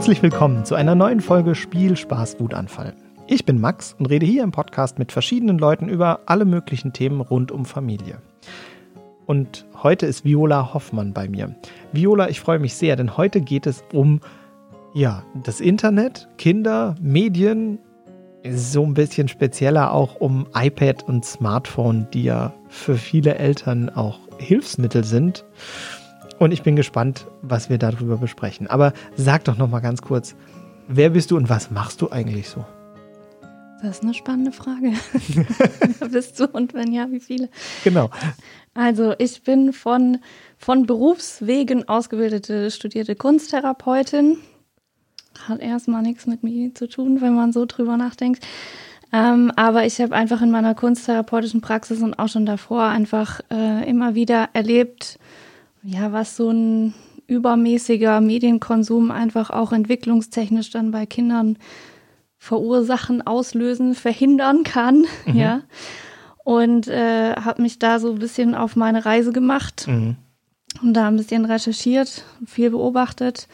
Herzlich willkommen zu einer neuen Folge Spiel, Spaß, Wutanfall. Ich bin Max und rede hier im Podcast mit verschiedenen Leuten über alle möglichen Themen rund um Familie. Und heute ist Viola Hoffmann bei mir. Viola, ich freue mich sehr, denn heute geht es um das Internet, Kinder, Medien, so ein bisschen spezieller auch um iPad und Smartphone, die ja für viele Eltern auch Hilfsmittel sind. Und ich bin gespannt, was wir darüber besprechen. Aber sag doch noch mal ganz kurz, wer bist du und was machst du eigentlich so? Das ist eine spannende Frage. Wer bist du und wenn ja, wie viele? Genau. Also ich bin von Berufswegen ausgebildete, studierte Kunsttherapeutin. Hat erstmal nichts mit mir zu tun, wenn man so drüber nachdenkt. Aber ich habe einfach in meiner kunsttherapeutischen Praxis und auch schon davor einfach immer wieder erlebt, was so ein übermäßiger Medienkonsum einfach auch entwicklungstechnisch dann bei Kindern verursachen, auslösen, verhindern kann. Mhm. Ja. Und habe mich da so ein bisschen auf meine Reise gemacht und da ein bisschen recherchiert, viel beobachtet.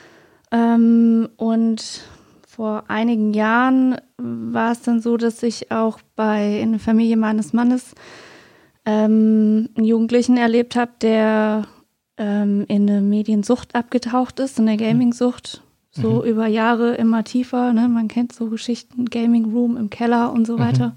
Und vor einigen Jahren war es dann so, dass ich auch in der Familie meines Mannes einen Jugendlichen erlebt habe, der in eine Mediensucht abgetaucht ist, in eine Gaming-Sucht, so über Jahre immer tiefer. Ne? Man kennt so Geschichten, Gaming Room im Keller und so weiter.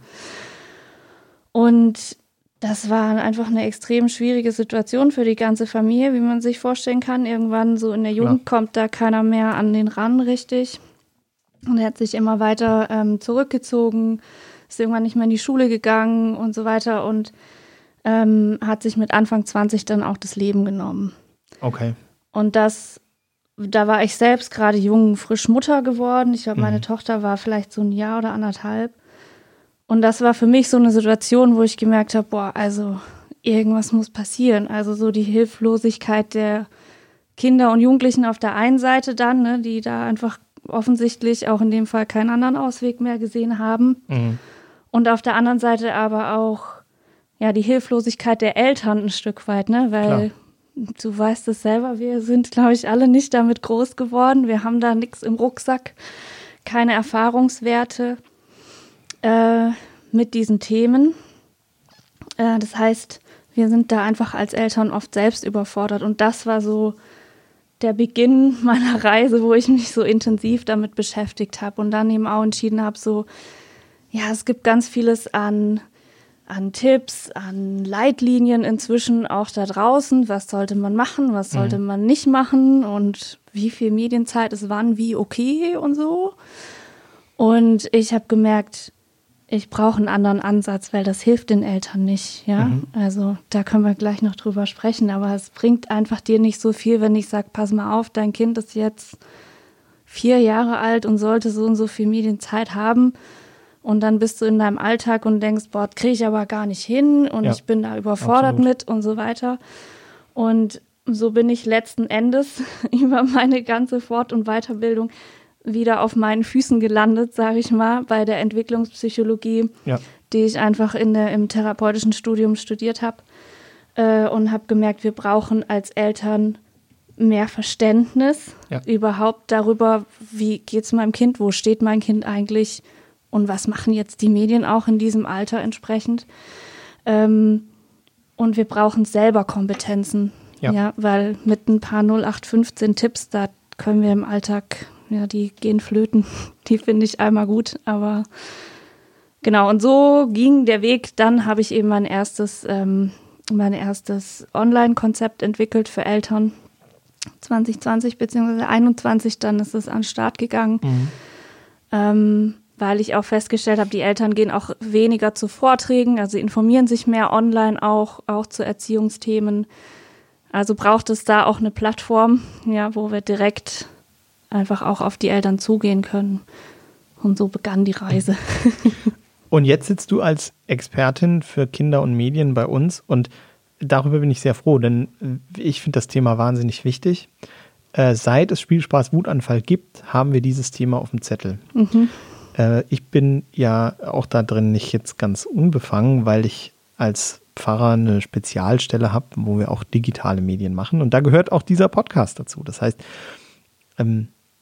Und das war einfach eine extrem schwierige Situation für die ganze Familie, wie man sich vorstellen kann. Irgendwann so in der Jugend kommt da keiner mehr an den ran richtig. Und er hat sich immer weiter zurückgezogen, ist irgendwann nicht mehr in die Schule gegangen und so weiter und hat sich mit Anfang 20 dann auch das Leben genommen. Okay. Und da war ich selbst gerade jung, frisch Mutter geworden. Ich glaube, meine Tochter war vielleicht so ein Jahr oder anderthalb. Und das war für mich so eine Situation, wo ich gemerkt habe, also irgendwas muss passieren. Also so die Hilflosigkeit der Kinder und Jugendlichen auf der einen Seite dann, ne, die da einfach offensichtlich auch in dem Fall keinen anderen Ausweg mehr gesehen haben. Und auf der anderen Seite aber auch die Hilflosigkeit der Eltern ein Stück weit, ne, weil du weißt es selber, wir sind, glaube ich, alle nicht damit groß geworden. Wir haben da nichts im Rucksack, keine Erfahrungswerte mit diesen Themen. Das heißt, wir sind da einfach als Eltern oft selbst überfordert. Und das war so der Beginn meiner Reise, wo ich mich so intensiv damit beschäftigt habe und dann eben auch entschieden habe, es gibt ganz vieles an Tipps, an Leitlinien inzwischen auch da draußen. Was sollte man machen, was sollte man nicht machen und wie viel Medienzeit ist wann, wie okay und so. Und ich habe gemerkt, ich brauche einen anderen Ansatz, weil das hilft den Eltern nicht. Ja? Also da können wir gleich noch drüber sprechen, aber es bringt einfach dir nicht so viel, wenn ich sage, pass mal auf, dein Kind ist jetzt 4 Jahre alt und sollte so und so viel Medienzeit haben. Und dann bist du in deinem Alltag und denkst, kriege ich aber gar nicht hin und ich bin da überfordert mit und so weiter. Und so bin ich letzten Endes über meine ganze Fort- und Weiterbildung wieder auf meinen Füßen gelandet, sage ich mal, bei der Entwicklungspsychologie, die ich einfach im therapeutischen Studium studiert habe und habe gemerkt, wir brauchen als Eltern mehr Verständnis überhaupt darüber, wie geht es meinem Kind, wo steht mein Kind eigentlich und was machen jetzt die Medien auch in diesem Alter entsprechend. Und wir brauchen selber Kompetenzen, weil mit ein paar 0815 Tipps, da können wir im Alltag, die gehen flöten, die finde ich einmal gut, aber genau, und so ging der Weg. Dann habe ich eben mein erstes Online-Konzept entwickelt für Eltern, 2020 bzw. 2021, dann ist es an den Start gegangen. Weil ich auch festgestellt habe, die Eltern gehen auch weniger zu Vorträgen, also sie informieren sich mehr online auch zu Erziehungsthemen. Also braucht es da auch eine Plattform, wo wir direkt einfach auch auf die Eltern zugehen können. Und so begann die Reise. Und jetzt sitzt du als Expertin für Kinder und Medien bei uns und darüber bin ich sehr froh, denn ich finde das Thema wahnsinnig wichtig. Seit es Spiel, Spaß, Wutanfall gibt, haben wir dieses Thema auf dem Zettel. Ich bin ja auch da drin nicht jetzt ganz unbefangen, weil ich als Pfarrer eine Spezialstelle habe, wo wir auch digitale Medien machen. Und da gehört auch dieser Podcast dazu. Das heißt,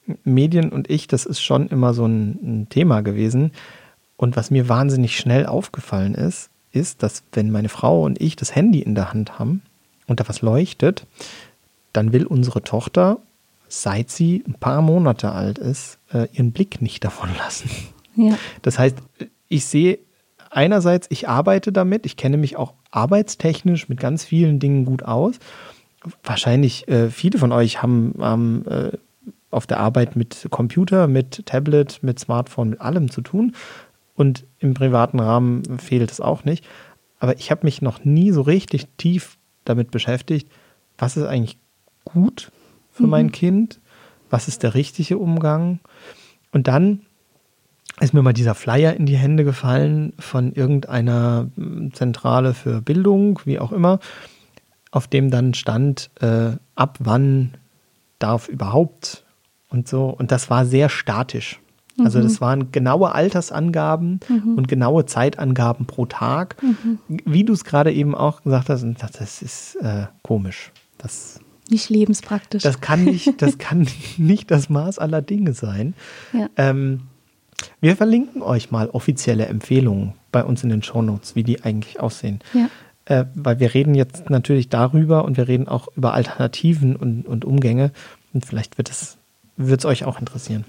Medien und ich, das ist schon immer so ein Thema gewesen. Und was mir wahnsinnig schnell aufgefallen ist, dass wenn meine Frau und ich das Handy in der Hand haben und da was leuchtet, dann will unsere Tochter, seit sie ein paar Monate alt ist, ihren Blick nicht davon lassen. Ja. Das heißt, ich sehe einerseits, ich arbeite damit, ich kenne mich auch arbeitstechnisch mit ganz vielen Dingen gut aus. Wahrscheinlich viele von euch haben auf der Arbeit mit Computer, mit Tablet, mit Smartphone, mit allem zu tun. Und im privaten Rahmen fehlt es auch nicht. Aber ich habe mich noch nie so richtig tief damit beschäftigt, was ist eigentlich gut für mein Kind, was ist der richtige Umgang. Und dann ist mir mal dieser Flyer in die Hände gefallen von irgendeiner Zentrale für Bildung, wie auch immer, auf dem dann stand, ab wann darf überhaupt und so. Und das war sehr statisch. Also das waren genaue Altersangaben und genaue Zeitangaben pro Tag. Wie du es gerade eben auch gesagt hast, und das ist komisch. Das nicht lebenspraktisch. Das kann nicht das Maß aller Dinge sein. Ja. Wir verlinken euch mal offizielle Empfehlungen bei uns in den Shownotes, wie die eigentlich aussehen. Ja. Weil wir reden jetzt natürlich darüber und wir reden auch über Alternativen und Umgänge. Und vielleicht wird es euch auch interessieren.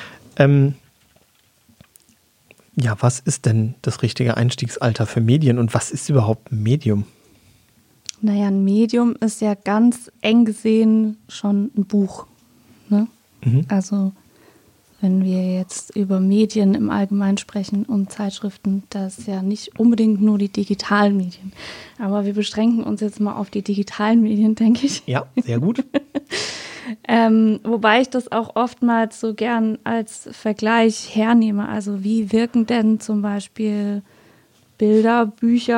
Ja, was ist denn das richtige Einstiegsalter für Medien und was ist überhaupt ein Medium? Naja, ein Medium ist ja ganz eng gesehen schon ein Buch. Ne? Also wenn wir jetzt über Medien im Allgemeinen sprechen und Zeitschriften, das ist ja nicht unbedingt nur die digitalen Medien. Aber wir beschränken uns jetzt mal auf die digitalen Medien, denke ich. Ja, sehr gut. Wobei ich das auch oftmals so gern als Vergleich hernehme. Also wie wirken denn zum Beispiel Bilder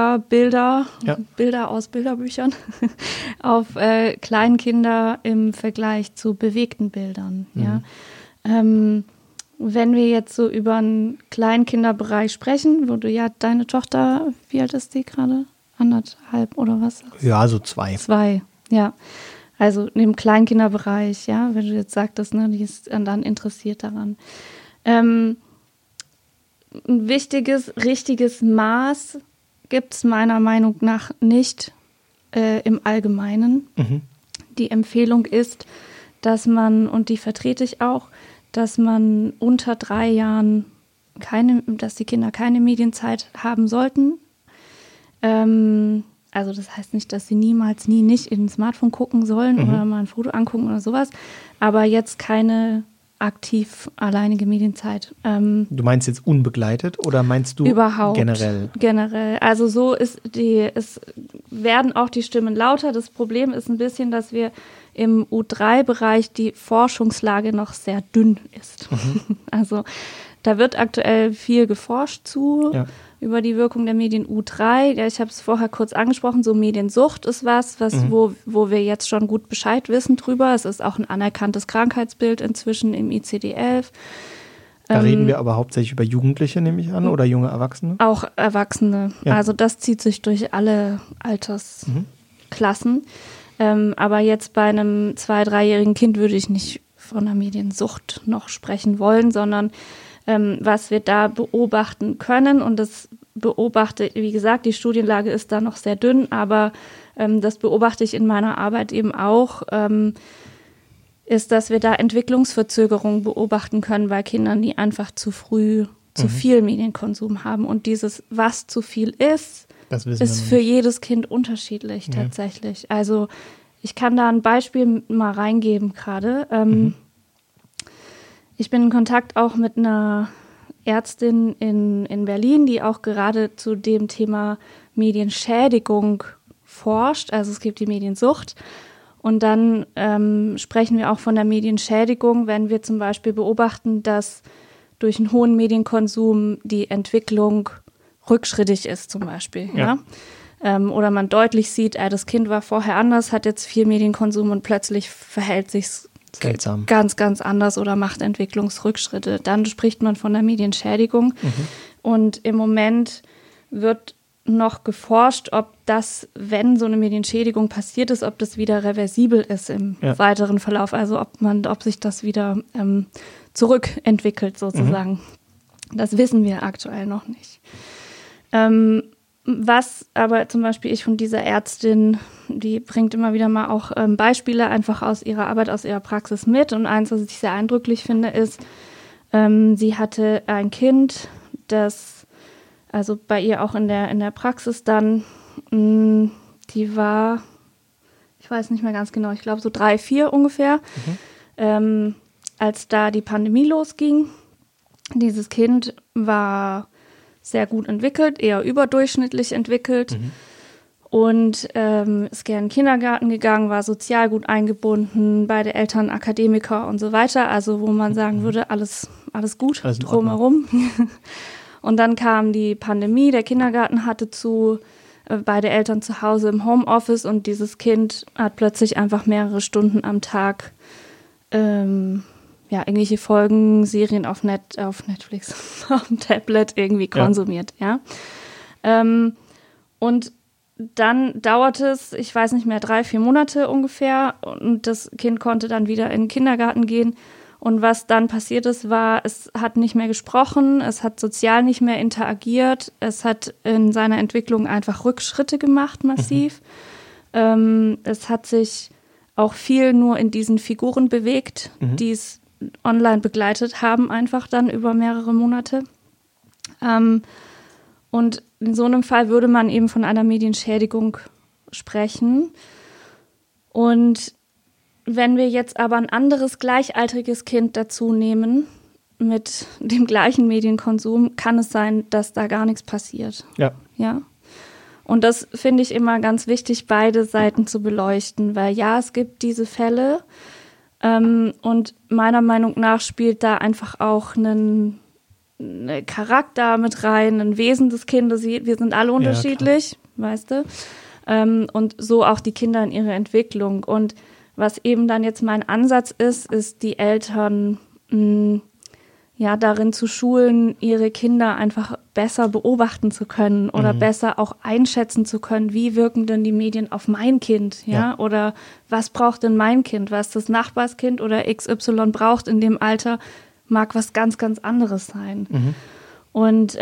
aus Bilderbüchern auf Kleinkinder im Vergleich zu bewegten Bildern. Ja? Wenn wir jetzt so über einen Kleinkinderbereich sprechen, wo du ja deine Tochter, wie alt ist die gerade? 1,5 oder was? Ja, so 2. 2, ja. Also im Kleinkinderbereich, ja, wenn du jetzt sagtest, ne, die ist dann interessiert daran. Ein wichtiges, richtiges Maß gibt es meiner Meinung nach nicht im Allgemeinen. Die Empfehlung ist, dass man, und die vertrete ich auch, dass man unter 3 Jahren dass die Kinder keine Medienzeit haben sollten. Also das heißt nicht, dass sie niemals, nicht in ein Smartphone gucken sollen oder mal ein Foto angucken oder sowas, aber jetzt keine aktiv alleinige Medienzeit. Du meinst jetzt unbegleitet oder meinst du überhaupt, generell? Generell. Also so es werden auch die Stimmen lauter. Das Problem ist ein bisschen, dass wir im U3-Bereich die Forschungslage noch sehr dünn ist. Also da wird aktuell viel geforscht über die Wirkung der Medien U3. Ja, ich habe es vorher kurz angesprochen, so Mediensucht ist wo wir jetzt schon gut Bescheid wissen drüber. Es ist auch ein anerkanntes Krankheitsbild inzwischen im ICD-11. Da reden wir aber hauptsächlich über Jugendliche, nehme ich an, oder junge Erwachsene? Auch Erwachsene. Ja. Also das zieht sich durch alle Altersklassen. Aber jetzt bei einem 2-, 3-jährigen Kind würde ich nicht von einer Mediensucht noch sprechen wollen, sondern was wir da beobachten können, und das beobachte, wie gesagt, die Studienlage ist da noch sehr dünn, aber das beobachte ich in meiner Arbeit eben auch, ist, dass wir da Entwicklungsverzögerungen beobachten können bei Kindern, die einfach zu früh zu viel Medienkonsum haben. Und dieses, was zu viel ist für jedes Kind unterschiedlich tatsächlich. Also ich kann da ein Beispiel mal reingeben gerade. Ich bin in Kontakt auch mit einer Ärztin in Berlin, die auch gerade zu dem Thema Medienschädigung forscht. Also es gibt die Mediensucht. Und dann sprechen wir auch von der Medienschädigung, wenn wir zum Beispiel beobachten, dass durch einen hohen Medienkonsum die Entwicklung rückschrittig ist zum Beispiel. Ja? Oder man deutlich sieht, das Kind war vorher anders, hat jetzt viel Medienkonsum und plötzlich verhält sich seltsam. Ganz, ganz anders oder macht Entwicklungsrückschritte. Dann spricht man von der Medienschädigung. Und im Moment wird noch geforscht, ob das, wenn so eine Medienschädigung passiert ist, ob das wieder reversibel ist im weiteren Verlauf. Also ob sich das wieder zurückentwickelt sozusagen. Das wissen wir aktuell noch nicht. Was aber zum Beispiel ich von dieser Ärztin, die bringt immer wieder mal auch Beispiele einfach aus ihrer Arbeit, aus ihrer Praxis mit. Und eins, was ich sehr eindrücklich finde, ist, sie hatte ein Kind, das, also bei ihr auch in der Praxis dann, die war, ich weiß nicht mehr ganz genau, ich glaube so 3, 4 ungefähr, als da die Pandemie losging. Dieses Kind war sehr gut entwickelt, eher überdurchschnittlich entwickelt und ist gerne in den Kindergarten gegangen, war sozial gut eingebunden, beide Eltern Akademiker und so weiter, also wo man sagen würde, alles gut drumherum. Und dann kam die Pandemie, der Kindergarten hatte zu, beide Eltern zu Hause im Homeoffice und dieses Kind hat plötzlich einfach mehrere Stunden am Tag irgendwelche Folgen, Serien auf Netflix, auf dem Tablet irgendwie konsumiert, und dann dauerte es, ich weiß nicht mehr, 3, 4 Monate ungefähr und das Kind konnte dann wieder in den Kindergarten gehen. Und was dann passiert ist, war, es hat nicht mehr gesprochen, es hat sozial nicht mehr interagiert, es hat in seiner Entwicklung einfach Rückschritte gemacht, massiv. Es hat sich auch viel nur in diesen Figuren bewegt, die es online begleitet haben, einfach dann über mehrere Monate. Und in so einem Fall würde man eben von einer Medienschädigung sprechen. Und wenn wir jetzt aber ein anderes gleichaltriges Kind dazu nehmen, mit dem gleichen Medienkonsum, kann es sein, dass da gar nichts passiert. Ja. Und das finde ich immer ganz wichtig, beide Seiten zu beleuchten, weil ja, es gibt diese Fälle und meiner Meinung nach spielt da einfach auch ein Charakter mit rein, ein Wesen des Kindes. Wir sind alle unterschiedlich, weißt du? Und so auch die Kinder in ihrer Entwicklung. Und was eben dann jetzt mein Ansatz ist die Eltern darin zu schulen, ihre Kinder einfach besser Beobachten zu können oder besser auch einschätzen zu können, wie wirken denn die Medien auf mein Kind, oder was braucht denn mein Kind, was das Nachbarskind oder XY braucht in dem Alter, mag was ganz, ganz anderes sein. Und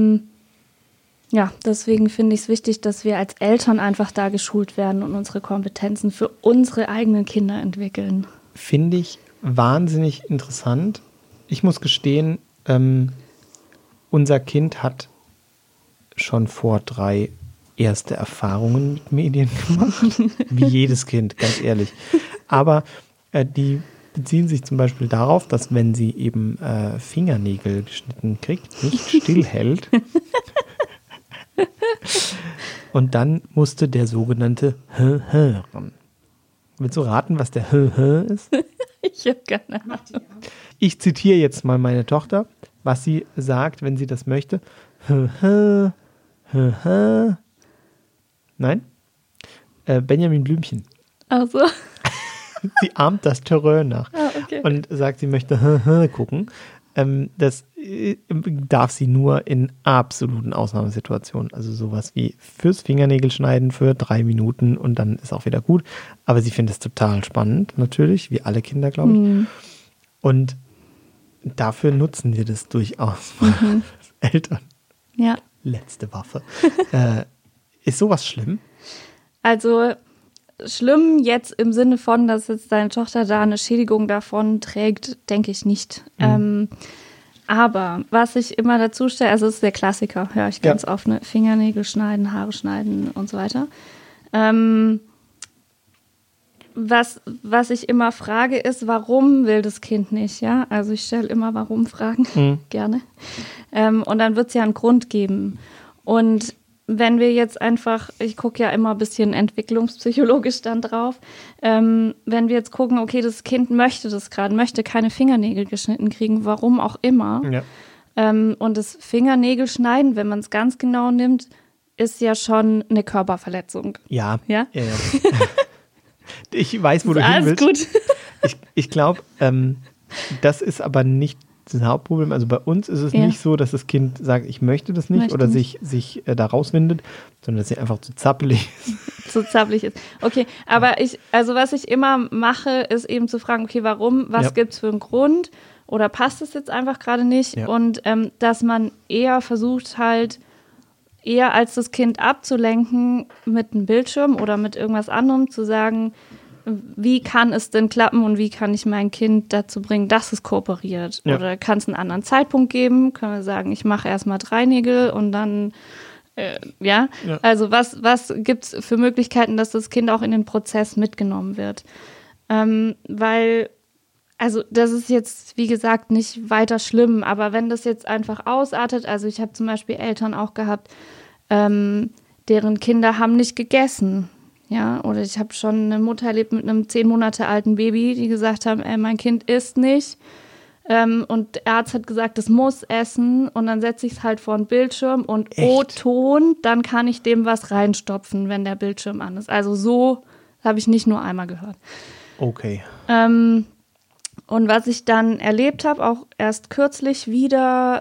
deswegen finde ich es wichtig, dass wir als Eltern einfach da geschult werden und unsere Kompetenzen für unsere eigenen Kinder entwickeln. Finde ich wahnsinnig interessant. Ich muss gestehen, unser Kind hat schon vor 3 erste Erfahrungen mit Medien gemacht. Wie jedes Kind, ganz ehrlich. Aber die beziehen sich zum Beispiel darauf, dass wenn sie eben Fingernägel geschnitten kriegt, nicht stillhält. Und dann musste der sogenannte ran. Willst du raten, was der ist? Ich habe keine Ahnung. Ich zitiere jetzt mal meine Tochter, was sie sagt, wenn sie das möchte. Nein? Benjamin Blümchen. Ach so. Sie ahmt das Terrain nach und sagt, sie möchte gucken. Das darf sie nur in absoluten Ausnahmesituationen. Also sowas wie fürs Fingernägelschneiden für 3 Minuten und dann ist auch wieder gut. Aber sie findet es total spannend, natürlich, wie alle Kinder, glaube ich. Und dafür nutzen wir das durchaus als Eltern. Ja. Letzte Waffe. Ist sowas schlimm? Also schlimm jetzt im Sinne von, dass jetzt deine Tochter da eine Schädigung davon trägt, denke ich nicht. Aber was ich immer dazu stelle, also es ist der Klassiker, höre ich ganz oft, ne? Fingernägel schneiden, Haare schneiden und so weiter. Was ich immer frage ist, warum will das Kind nicht? Ja, also ich stelle immer Warum-Fragen, gerne. Und dann wird es ja einen Grund geben. Und wenn wir jetzt einfach, ich gucke ja immer ein bisschen entwicklungspsychologisch dann drauf, wenn wir jetzt gucken, okay, das Kind möchte das gerade, möchte keine Fingernägel geschnitten kriegen, warum auch immer. Ja. Und das Fingernägel schneiden, wenn man es ganz genau nimmt, ist ja schon eine Körperverletzung. Ja. Ja? Ich weiß, wo du hin willst. Alles gut. Ich glaube, das ist aber nicht das Hauptproblem. Also bei uns ist es nicht so, dass das Kind sagt, ich möchte das nicht oder sich da rauswindet, sondern dass sie einfach zu zappelig ist. Zu zappelig ist. Okay, aber was ich immer mache, ist eben zu fragen, okay, warum, was gibt's für einen Grund oder passt es jetzt einfach gerade nicht? Ja. Und dass man eher versucht halt, eher als das Kind abzulenken mit einem Bildschirm oder mit irgendwas anderem, zu sagen, wie kann es denn klappen und wie kann ich mein Kind dazu bringen, dass es kooperiert? Ja. Oder kann es einen anderen Zeitpunkt geben? Können wir sagen, ich mache erstmal 3 Nägel und dann, ja. Also was gibt es für Möglichkeiten, dass das Kind auch in den Prozess mitgenommen wird? Weil, also das ist jetzt, wie gesagt, nicht weiter schlimm, aber wenn das jetzt einfach ausartet, also ich habe zum Beispiel Eltern auch gehabt, deren Kinder haben nicht gegessen. Ja, oder ich habe schon eine Mutter erlebt mit einem 10 Monate alten Baby, die gesagt haben, mein Kind isst nicht. Und der Arzt hat gesagt, es muss essen. Und dann setze ich es halt vor den Bildschirm und O-Ton, dann kann ich dem was reinstopfen, wenn der Bildschirm an ist. Also so habe ich nicht nur einmal gehört. Okay. Und was ich dann erlebt habe, auch erst kürzlich wieder,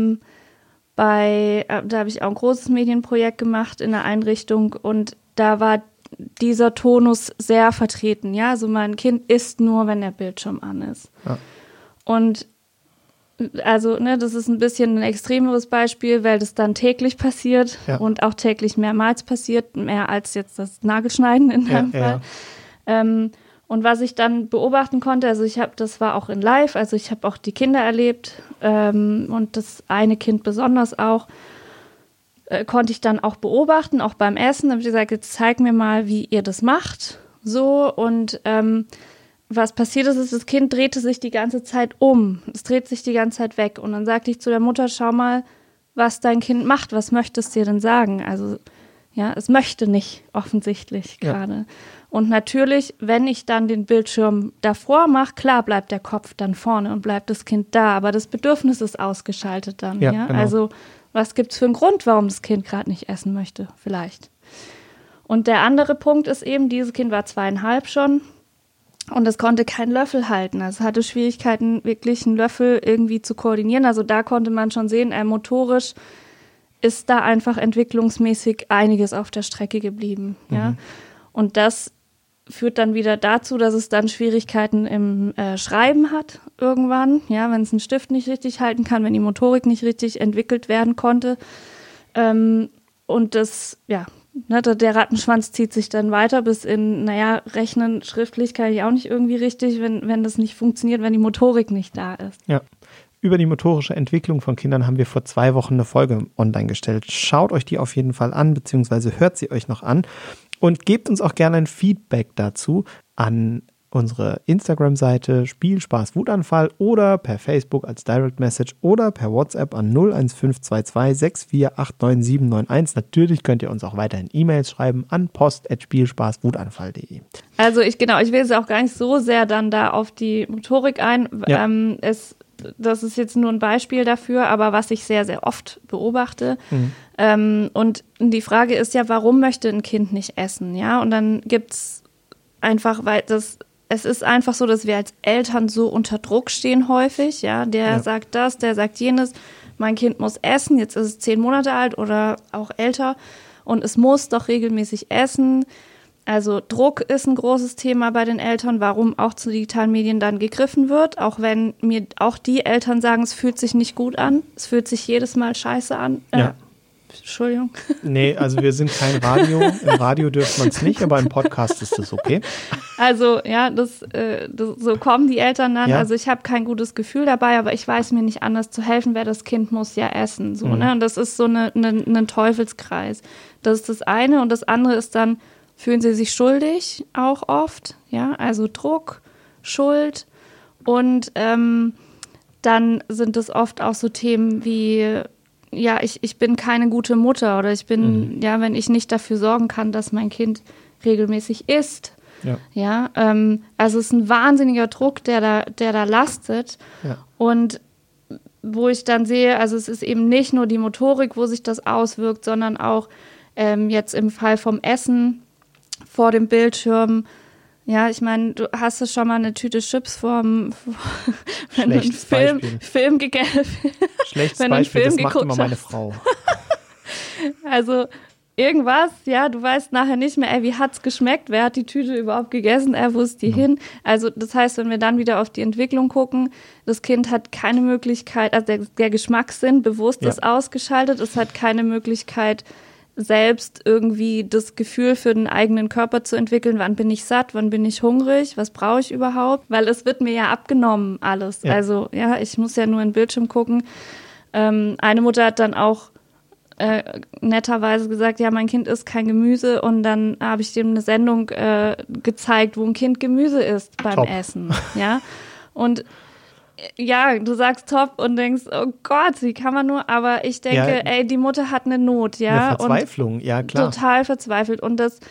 da habe ich auch ein großes Medienprojekt gemacht in der Einrichtung und da war dieser Tonus sehr vertreten, ja, also mein Kind isst nur, wenn der Bildschirm an ist. Ja. Und also, das ist ein bisschen ein extremeres Beispiel, weil das dann täglich passiert und auch täglich mehrmals passiert, mehr als jetzt das Nagelschneiden in deinem Fall. Ja. Und was ich dann beobachten konnte, also das war auch in Live, also ich habe auch die Kinder erlebt und das eine Kind besonders auch, konnte ich dann auch beobachten, auch beim Essen. Da habe ich gesagt, jetzt zeig mir mal, wie ihr das macht. So, und was passiert ist, das Kind drehte sich die ganze Zeit um. Es dreht sich die ganze Zeit weg. Und dann sagte ich zu der Mutter, schau mal, was dein Kind macht. Was möchtest du dir denn sagen? Also, ja, es möchte nicht, offensichtlich gerade. Ja. Und natürlich, wenn ich dann den Bildschirm davor mache, klar bleibt der Kopf dann vorne und bleibt das Kind da. Aber das Bedürfnis ist ausgeschaltet dann. Ja, genau. Also, was gibt es für einen Grund, warum das Kind gerade nicht essen möchte? Vielleicht. Und der andere Punkt ist eben, dieses Kind war 2,5 schon und es konnte keinen Löffel halten. Also es hatte Schwierigkeiten, wirklich einen Löffel irgendwie zu koordinieren. Also da konnte man schon sehen, motorisch ist da einfach entwicklungsmäßig einiges auf der Strecke geblieben. Mhm. Ja? Und das führt dann wieder dazu, dass es dann Schwierigkeiten im Schreiben hat irgendwann, ja, wenn es einen Stift nicht richtig halten kann, wenn die Motorik nicht richtig entwickelt werden konnte. Und das, der Rattenschwanz zieht sich dann weiter bis in, rechnen schriftlich kann ich auch nicht irgendwie richtig, wenn das nicht funktioniert, wenn die Motorik nicht da ist. Ja. Über die motorische Entwicklung von Kindern haben wir vor 2 Wochen eine Folge online gestellt. Schaut euch die auf jeden Fall an, beziehungsweise hört sie euch noch an. Und gebt uns auch gerne ein Feedback dazu an unsere Instagram-Seite Spielspaß Wutanfall oder per Facebook als Direct Message oder per WhatsApp an 01522 6489791. Natürlich könnt ihr uns auch weiterhin E-Mails schreiben an post@spielspaßwutanfall.de. Also ich will jetzt auch gar nicht so sehr dann da auf die Motorik ein. Ja. Das ist jetzt nur ein Beispiel dafür, aber was ich sehr, sehr oft beobachte. Und die Frage ist ja, warum möchte ein Kind nicht essen? Ja, und dann gibt's einfach, es ist einfach so, dass wir als Eltern so unter Druck stehen häufig. Ja, der sagt das, der sagt jenes. Mein Kind muss essen. Jetzt ist es 10 Monate alt oder auch älter und es muss doch regelmäßig essen. Also Druck ist ein großes Thema bei den Eltern, warum auch zu digitalen Medien dann gegriffen wird, auch wenn mir auch die Eltern sagen, es fühlt sich nicht gut an, es fühlt sich jedes Mal scheiße an. Entschuldigung. Nee, also wir sind kein Radio, im Radio dürft man es nicht, aber im Podcast ist das okay. Also so kommen die Eltern dann, also ich habe kein gutes Gefühl dabei, aber ich weiß mir nicht anders zu helfen, weil das Kind muss ja essen. So, ne? Und das ist so ein Teufelskreis. Das ist das eine und das andere ist dann, fühlen sie sich schuldig auch oft, ja, also Druck, Schuld und dann sind es oft auch so Themen wie, ja, ich bin keine gute Mutter oder ich bin, wenn ich nicht dafür sorgen kann, dass mein Kind regelmäßig isst. Ja, also es ist ein wahnsinniger Druck, der da lastet und wo ich dann sehe, also es ist eben nicht nur die Motorik, wo sich das auswirkt, sondern auch jetzt im Fall vom Essen vor dem Bildschirm Ja, ich meine, du hast schon mal eine Tüte Chips wenn du einen Film gegessen hast. Schlechtes Beispiel, das macht immer meine Frau. Also irgendwas, ja, du weißt nachher nicht mehr, wie hat's geschmeckt, wer hat die Tüte überhaupt gegessen, wo ist die hin? Also das heißt, wenn wir dann wieder auf die Entwicklung gucken, das Kind hat keine Möglichkeit, also der Geschmackssinn bewusst ist ausgeschaltet, es hat keine Möglichkeit, selbst irgendwie das Gefühl für den eigenen Körper zu entwickeln, wann bin ich satt, wann bin ich hungrig, was brauche ich überhaupt, weil es wird mir ja abgenommen alles. Ja. Also ja, ich muss ja nur in den Bildschirm gucken. Eine Mutter hat dann auch netterweise gesagt, ja, mein Kind isst kein Gemüse und dann habe ich dem eine Sendung gezeigt, wo ein Kind Gemüse isst beim Essen. Ja, und ja, du sagst top und denkst, oh Gott, wie kann man nur, aber ich denke, die Mutter hat eine Not, ja. Eine Verzweiflung, und ja, klar. Total verzweifelt und das,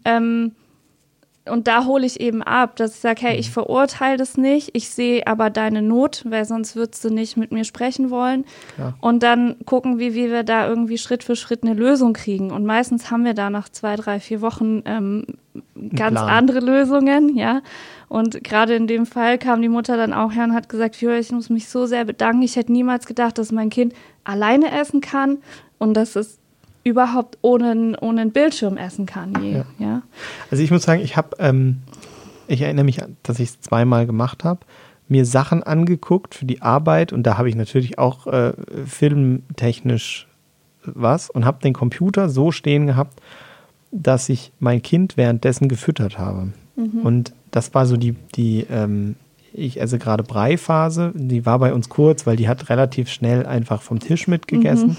und da hole ich eben ab, dass ich sage, hey, ich verurteile das nicht, ich sehe aber deine Not, weil sonst würdest du nicht mit mir sprechen wollen. Klar. Und dann gucken, wie wir da irgendwie Schritt für Schritt eine Lösung kriegen. Und meistens haben wir da nach 2, 3, 4 Wochen ganz andere Lösungen, ja. Und gerade in dem Fall kam die Mutter dann auch her und hat gesagt, Viola, ich muss mich so sehr bedanken, ich hätte niemals gedacht, dass mein Kind alleine essen kann und dass es überhaupt ohne einen Bildschirm essen kann. Ja. Also ich muss sagen, ich erinnere mich, dass ich es 2-mal gemacht habe, mir Sachen angeguckt für die Arbeit und da habe ich natürlich auch filmtechnisch was und habe den Computer so stehen gehabt, dass ich mein Kind währenddessen gefüttert habe. Und das war so ich esse gerade Brei-Phase, die war bei uns kurz, weil die hat relativ schnell einfach vom Tisch mitgegessen.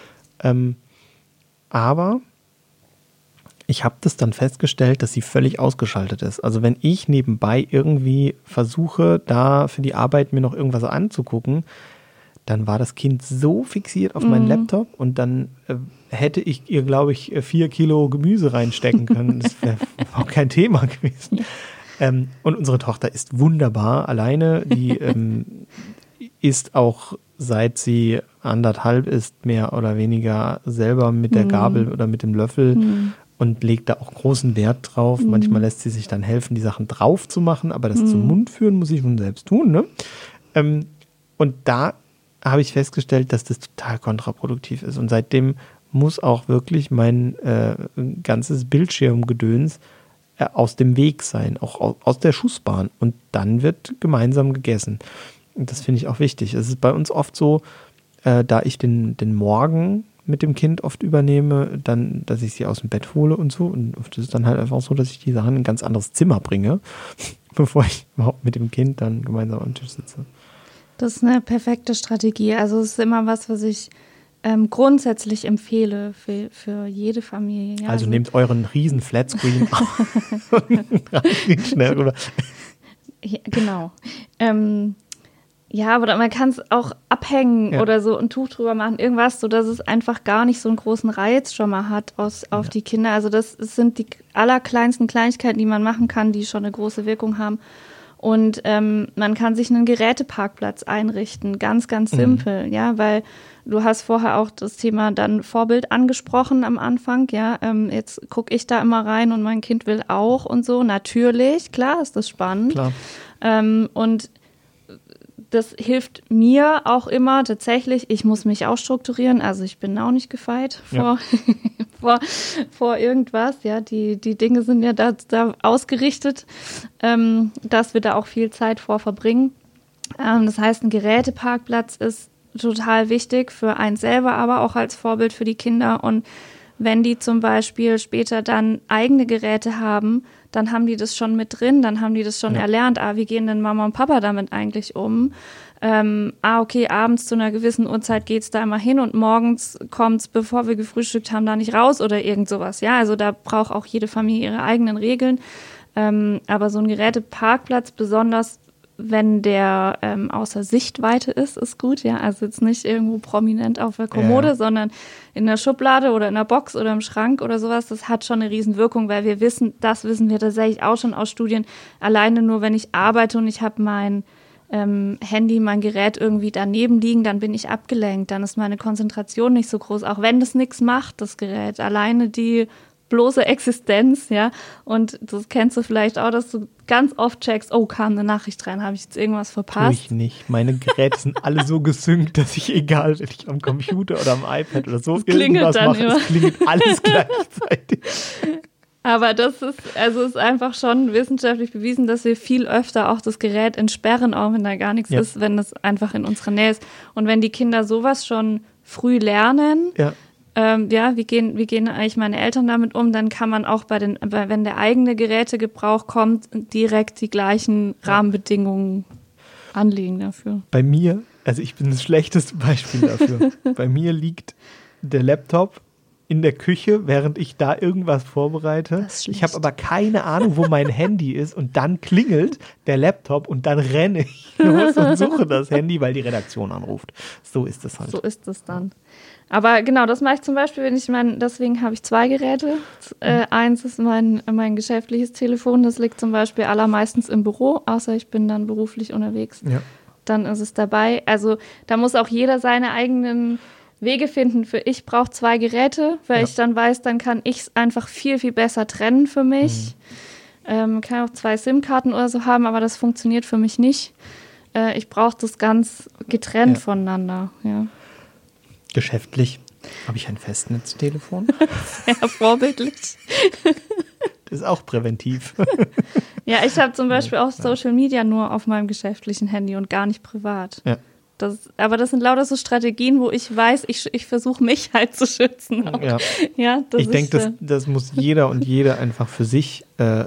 Aber ich habe das dann festgestellt, dass sie völlig ausgeschaltet ist. Also wenn ich nebenbei irgendwie versuche, da für die Arbeit mir noch irgendwas anzugucken, dann war das Kind so fixiert auf meinen Laptop und dann hätte ich ihr, glaube ich, 4 Kilo Gemüse reinstecken können. Das wäre auch kein Thema gewesen. Und unsere Tochter ist wunderbar alleine. Die isst auch, seit sie 1,5 ist, mehr oder weniger selber mit der Gabel oder mit dem Löffel und legt da auch großen Wert drauf. Manchmal lässt sie sich dann helfen, die Sachen drauf zu machen, aber das zum Mund führen muss ich schon selbst tun. Ne? Und da habe ich festgestellt, dass das total kontraproduktiv ist. Und seitdem muss auch wirklich mein ganzes Bildschirmgedöns aus dem Weg sein, auch aus der Schussbahn. Und dann wird gemeinsam gegessen. Und das finde ich auch wichtig. Es ist bei uns oft so, da ich den Morgen mit dem Kind oft übernehme, dann, dass ich sie aus dem Bett hole und so. Und oft ist es dann halt einfach so, dass ich die Sachen in ein ganz anderes Zimmer bringe, bevor ich überhaupt mit dem Kind dann gemeinsam am Tisch sitze. Das ist eine perfekte Strategie. Also es ist immer was ich grundsätzlich empfehle für jede Familie. Ja? Also nehmt euren riesen Flatscreen auf und schnell rüber. Ja, genau. Ja, aber man kann es auch abhängen oder so ein Tuch drüber machen, irgendwas, sodass es einfach gar nicht so einen großen Reiz schon mal hat auf die Kinder. Also das sind die allerkleinsten Kleinigkeiten, die man machen kann, die schon eine große Wirkung haben. Und man kann sich einen Geräteparkplatz einrichten, ganz, ganz simpel, ja, weil du hast vorher auch das Thema dann Vorbild angesprochen am Anfang, ja, jetzt gucke ich da immer rein und mein Kind will auch und so, natürlich, klar ist das spannend. Klar. Und das hilft mir auch immer tatsächlich, ich muss mich auch strukturieren, also ich bin auch nicht gefeit vor irgendwas, ja, die Dinge sind ja da ausgerichtet, dass wir da auch viel Zeit vor verbringen. Das heißt, ein Geräteparkplatz ist total wichtig für einen selber, aber auch als Vorbild für die Kinder. Und wenn die zum Beispiel später dann eigene Geräte haben, dann haben die das schon mit drin, dann haben die das schon erlernt. Wie gehen denn Mama und Papa damit eigentlich um? Okay, abends zu einer gewissen Uhrzeit geht's da immer hin und morgens kommt's, bevor wir gefrühstückt haben, da nicht raus oder irgend sowas. Ja, also da braucht auch jede Familie ihre eigenen Regeln. Aber so ein Geräteparkplatz, besonders wenn der außer Sichtweite ist gut, ja. Also jetzt nicht irgendwo prominent auf der Kommode, sondern in der Schublade oder in der Box oder im Schrank oder sowas. Das hat schon eine Riesenwirkung, weil wir wissen wir tatsächlich auch schon aus Studien, alleine nur, wenn ich arbeite und ich habe mein Handy, mein Gerät irgendwie daneben liegen, dann bin ich abgelenkt, dann ist meine Konzentration nicht so groß, auch wenn das nichts macht, das Gerät. Alleine die bloße Existenz, ja. Und das kennst du vielleicht auch, dass du ganz oft checkst, oh, kam eine Nachricht rein, habe ich jetzt irgendwas verpasst? Tue ich nicht. Meine Geräte sind alle so gesynkt, dass ich, egal, wenn ich am Computer oder am iPad oder so irgendwas mache, es klingelt alles gleichzeitig. Aber das ist einfach schon wissenschaftlich bewiesen, dass wir viel öfter auch das Gerät entsperren, auch wenn da gar nichts ist, wenn das einfach in unserer Nähe ist. Und wenn die Kinder sowas schon früh lernen, wie gehen eigentlich meine Eltern damit um, dann kann man auch wenn der eigene Gerätegebrauch kommt, direkt die gleichen Rahmenbedingungen anlegen dafür. Bei mir, also ich bin das schlechteste Beispiel dafür. Bei mir liegt der Laptop in der Küche, während ich da irgendwas vorbereite. Ich habe aber keine Ahnung, wo mein Handy ist und dann klingelt der Laptop und dann renne ich los und suche das Handy, weil die Redaktion anruft. So ist es halt. So ist es dann. Aber genau, das mache ich zum Beispiel, deswegen habe ich 2 Geräte. Eins ist mein geschäftliches Telefon, das liegt zum Beispiel allermeistens im Büro, außer ich bin dann beruflich unterwegs. Ja. Dann ist es dabei. Also da muss auch jeder seine eigenen Wege finden. Ich brauche 2 Geräte, weil ich dann weiß, dann kann ich es einfach viel, viel besser trennen für mich. Kann auch 2 SIM-Karten oder so haben, aber das funktioniert für mich nicht. Ich brauche das ganz getrennt voneinander. Ja. Geschäftlich habe ich ein Festnetztelefon. Sehr vorbildlich. Das ist auch präventiv. Ja, ich habe zum Beispiel auch Social Media nur auf meinem geschäftlichen Handy und gar nicht privat. Ja. Aber das sind lauter so Strategien, wo ich weiß, ich versuche mich halt zu schützen. Ich denke, das muss jeder und jede einfach für sich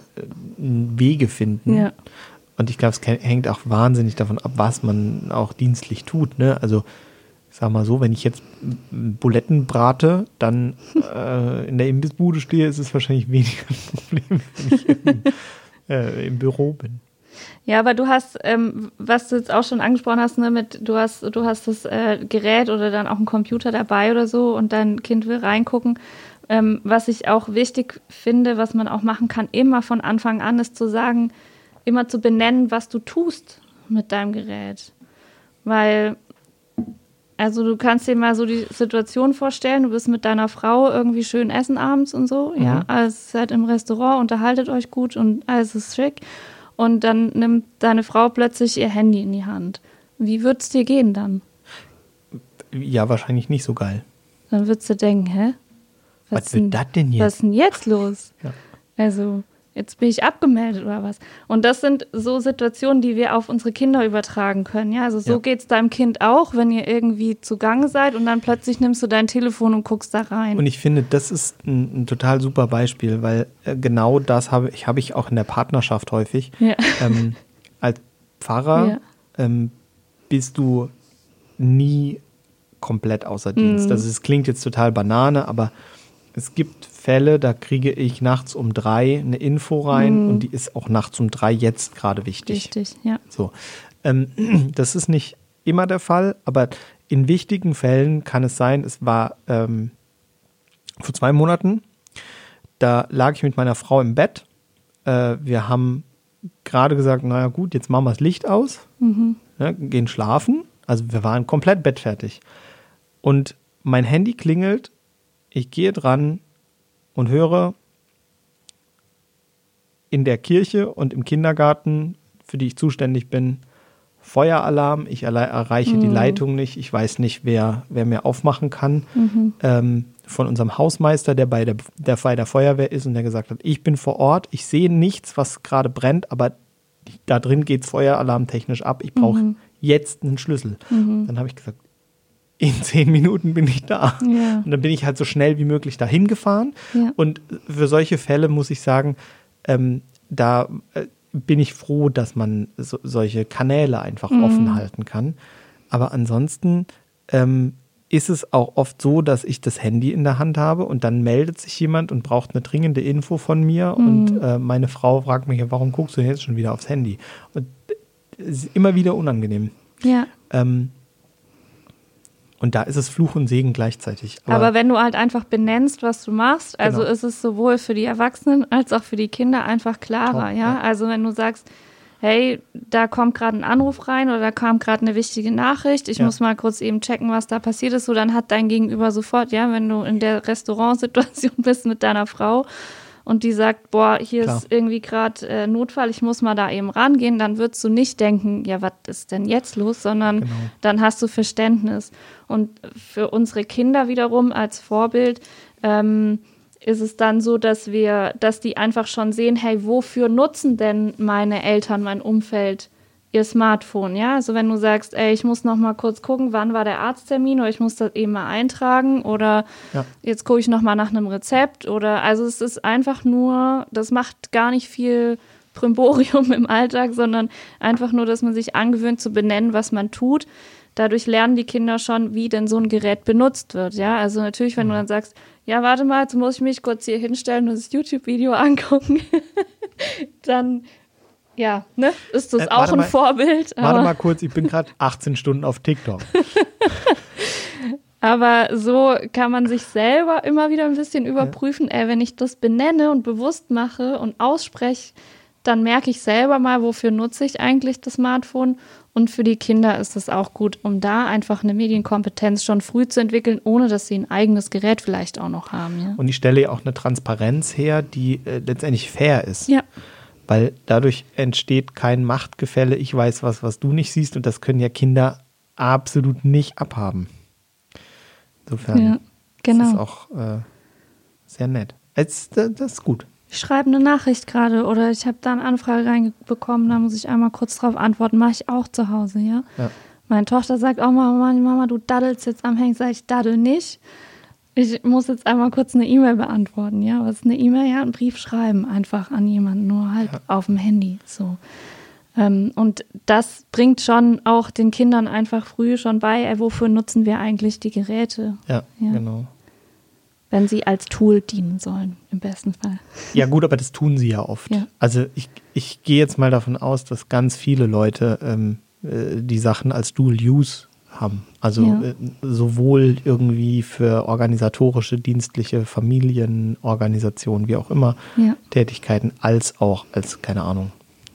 Wege finden. Ja. Und ich glaube, es hängt auch wahnsinnig davon ab, was man auch dienstlich tut. Ne? Also ich sag mal so, wenn ich jetzt Buletten brate, dann in der Imbissbude stehe, ist es wahrscheinlich weniger ein Problem, wenn ich im Büro bin. Ja, aber du hast, was du jetzt auch schon angesprochen hast, ne, du hast das Gerät oder dann auch einen Computer dabei oder so und dein Kind will reingucken. Was ich auch wichtig finde, was man auch machen kann, immer von Anfang an, ist zu sagen, immer zu benennen, was du tust mit deinem Gerät. Weil, also du kannst dir mal so die Situation vorstellen, du bist mit deiner Frau irgendwie schön essen abends und so, ja, also seid im Restaurant, unterhaltet euch gut und alles ist schick. Und dann nimmt deine Frau plötzlich ihr Handy in die Hand. Wie würde es dir gehen dann? Ja, wahrscheinlich nicht so geil. Dann würdest du denken, hä? Was wird das denn jetzt? Was ist denn jetzt los? Ja. Also, jetzt bin ich abgemeldet oder was? Und das sind so Situationen, die wir auf unsere Kinder übertragen können. Ja, also so geht es deinem Kind auch, wenn ihr irgendwie zugange seid und dann plötzlich nimmst du dein Telefon und guckst da rein. Und ich finde, das ist ein total super Beispiel, weil genau das habe ich auch in der Partnerschaft häufig. Ja. Als Pfarrer bist du nie komplett außer Dienst. Also es klingt jetzt total Banane, aber es gibt Fälle, da kriege ich nachts um 3 eine Info rein und die ist auch nachts um 3 jetzt gerade wichtig. Wichtig, ja. So. Das ist nicht immer der Fall, aber in wichtigen Fällen kann es sein, es war vor 2 Monaten, da lag ich mit meiner Frau im Bett. Wir haben gerade gesagt, naja gut, jetzt machen wir das Licht aus, gehen schlafen. Also wir waren komplett bettfertig. Und mein Handy klingelt, ich gehe dran und höre in der Kirche und im Kindergarten, für die ich zuständig bin, Feueralarm. Ich erreiche die Leitung nicht. Ich weiß nicht, wer mir aufmachen kann. Von unserem Hausmeister, der bei der Feuerwehr ist und der gesagt hat, ich bin vor Ort. Ich sehe nichts, was gerade brennt, aber da drin geht es feueralarmtechnisch ab. Ich brauche jetzt einen Schlüssel. Dann habe ich gesagt, in 10 Minuten bin ich da. Ja. Und dann bin ich halt so schnell wie möglich dahin gefahren. Ja. Und für solche Fälle muss ich sagen, da bin ich froh, dass man solche Kanäle einfach offen halten kann. Aber ansonsten ist es auch oft so, dass ich das Handy in der Hand habe und dann meldet sich jemand und braucht eine dringende Info von mir und meine Frau fragt mich, warum guckst du jetzt schon wieder aufs Handy? Und es ist immer wieder unangenehm. Ja. Und da ist es Fluch und Segen gleichzeitig. Aber wenn du halt einfach benennst, was du machst, also ist es sowohl für die Erwachsenen als auch für die Kinder einfach klarer, ja? Also wenn du sagst, hey, da kommt gerade ein Anruf rein oder da kam gerade eine wichtige Nachricht, ich muss mal kurz eben checken, was da passiert ist, so dann hat dein Gegenüber sofort, ja, wenn du in der Restaurantsituation bist mit deiner Frau und die sagt, boah, hier ist irgendwie gerade Notfall, ich muss mal da eben rangehen, dann würdest du nicht denken, ja, was ist denn jetzt los, sondern dann hast du Verständnis. Und für unsere Kinder wiederum als Vorbild ist es dann so, dass die einfach schon sehen, hey, wofür nutzen denn meine Eltern, mein Umfeld ihr Smartphone, ja? Also wenn du sagst, ey, ich muss noch mal kurz gucken, wann war der Arzttermin oder ich muss das eben mal eintragen oder jetzt gucke ich noch mal nach einem Rezept oder, also es ist einfach nur, das macht gar nicht viel Brimborium im Alltag, sondern einfach nur, dass man sich angewöhnt zu benennen, was man tut. Dadurch lernen die Kinder schon, wie denn so ein Gerät benutzt wird, ja? Also natürlich, wenn du dann sagst, ja, warte mal, jetzt muss ich mich kurz hier hinstellen und das YouTube-Video angucken, dann, ja, ne, ist das auch ein Vorbild. Warte mal kurz, ich bin gerade 18 Stunden auf TikTok. Aber so kann man sich selber immer wieder ein bisschen überprüfen, wenn ich das benenne und bewusst mache und ausspreche, dann merke ich selber mal, wofür nutze ich eigentlich das Smartphone. Und für die Kinder ist es auch gut, um da einfach eine Medienkompetenz schon früh zu entwickeln, ohne dass sie ein eigenes Gerät vielleicht auch noch haben. Ja? Und ich stelle ja auch eine Transparenz her, die letztendlich fair ist. Ja. Weil dadurch entsteht kein Machtgefälle. Ich weiß was du nicht siehst. Und das können ja Kinder absolut nicht abhaben. Insofern ist das auch sehr nett. Das ist gut. Ich schreibe eine Nachricht gerade oder ich habe da eine Anfrage reinbekommen, da muss ich einmal kurz drauf antworten. Mache ich auch zu Hause, ja? Meine Tochter sagt auch mal, Mama, du daddelst jetzt am Handy. Sag ich, daddel nicht. Ich muss jetzt einmal kurz eine E-Mail beantworten, ja? Was ist eine E-Mail? Ja, einen Brief schreiben einfach an jemanden, nur halt auf dem Handy, so. Und das bringt schon auch den Kindern einfach früh schon bei, wofür nutzen wir eigentlich die Geräte? Ja, genau. Wenn sie als Tool dienen sollen, im besten Fall. Ja gut, aber das tun sie ja oft. Ja. Also ich gehe jetzt mal davon aus, dass ganz viele Leute die Sachen als Dual-Use haben. Also sowohl irgendwie für organisatorische, dienstliche Familienorganisationen, wie auch immer, Tätigkeiten, als auch als, keine Ahnung,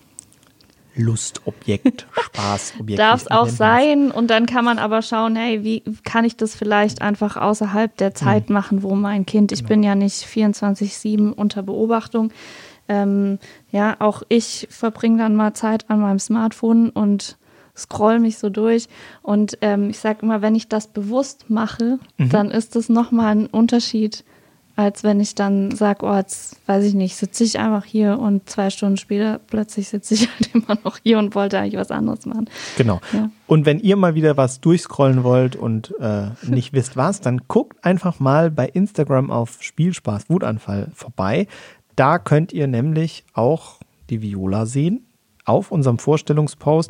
Lustobjekt, Spaßobjekt. Darf es auch sein und dann kann man aber schauen, hey, wie kann ich das vielleicht einfach außerhalb der Zeit machen, wo mein Kind, ich bin ja nicht 24/7 unter Beobachtung, auch ich verbringe dann mal Zeit an meinem Smartphone und scroll mich so durch und ich sage immer, wenn ich das bewusst mache, dann ist das nochmal ein Unterschied, als wenn ich dann sage, oh, jetzt weiß ich nicht, sitze ich einfach hier und 2 Stunden später plötzlich sitze ich halt immer noch hier und wollte eigentlich was anderes machen. Genau. Ja. Und wenn ihr mal wieder was durchscrollen wollt und nicht wisst was, dann guckt einfach mal bei Instagram auf Spielspaß Wutanfall vorbei. Da könnt ihr nämlich auch die Viola sehen auf unserem Vorstellungspost.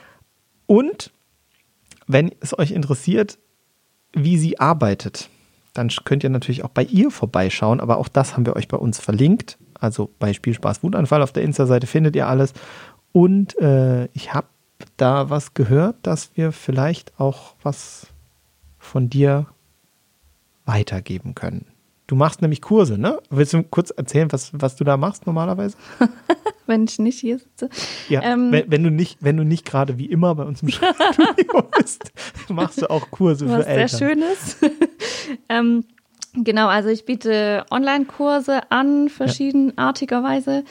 Und wenn es euch interessiert, wie sie arbeitet, dann könnt ihr natürlich auch bei ihr vorbeischauen, aber auch das haben wir euch bei uns verlinkt. Also bei Spielspaß Wutanfall auf der Insta-Seite findet ihr alles. Und ich habe da was gehört, dass wir vielleicht auch was von dir weitergeben können. Du machst nämlich Kurse, ne? Willst du kurz erzählen, was du da machst normalerweise? Wenn ich nicht hier sitze. Ja, wenn du nicht gerade wie immer bei uns im Studio bist, machst du auch Kurse für Eltern. Was sehr schön ist. Genau, also ich biete Online-Kurse an, verschiedenartigerweise.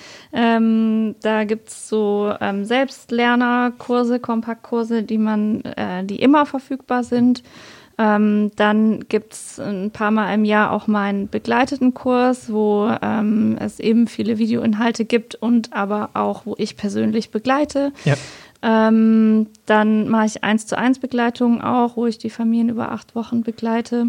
Da gibt's so Selbstlernerkurse, Kompaktkurse, die immer verfügbar sind. Dann gibt's ein paar Mal im Jahr auch meinen begleiteten Kurs, wo es eben viele Videoinhalte gibt und aber auch, wo ich persönlich begleite. Ja. Dann mache ich 1:1 Begleitungen auch, wo ich die Familien über 8 Wochen begleite.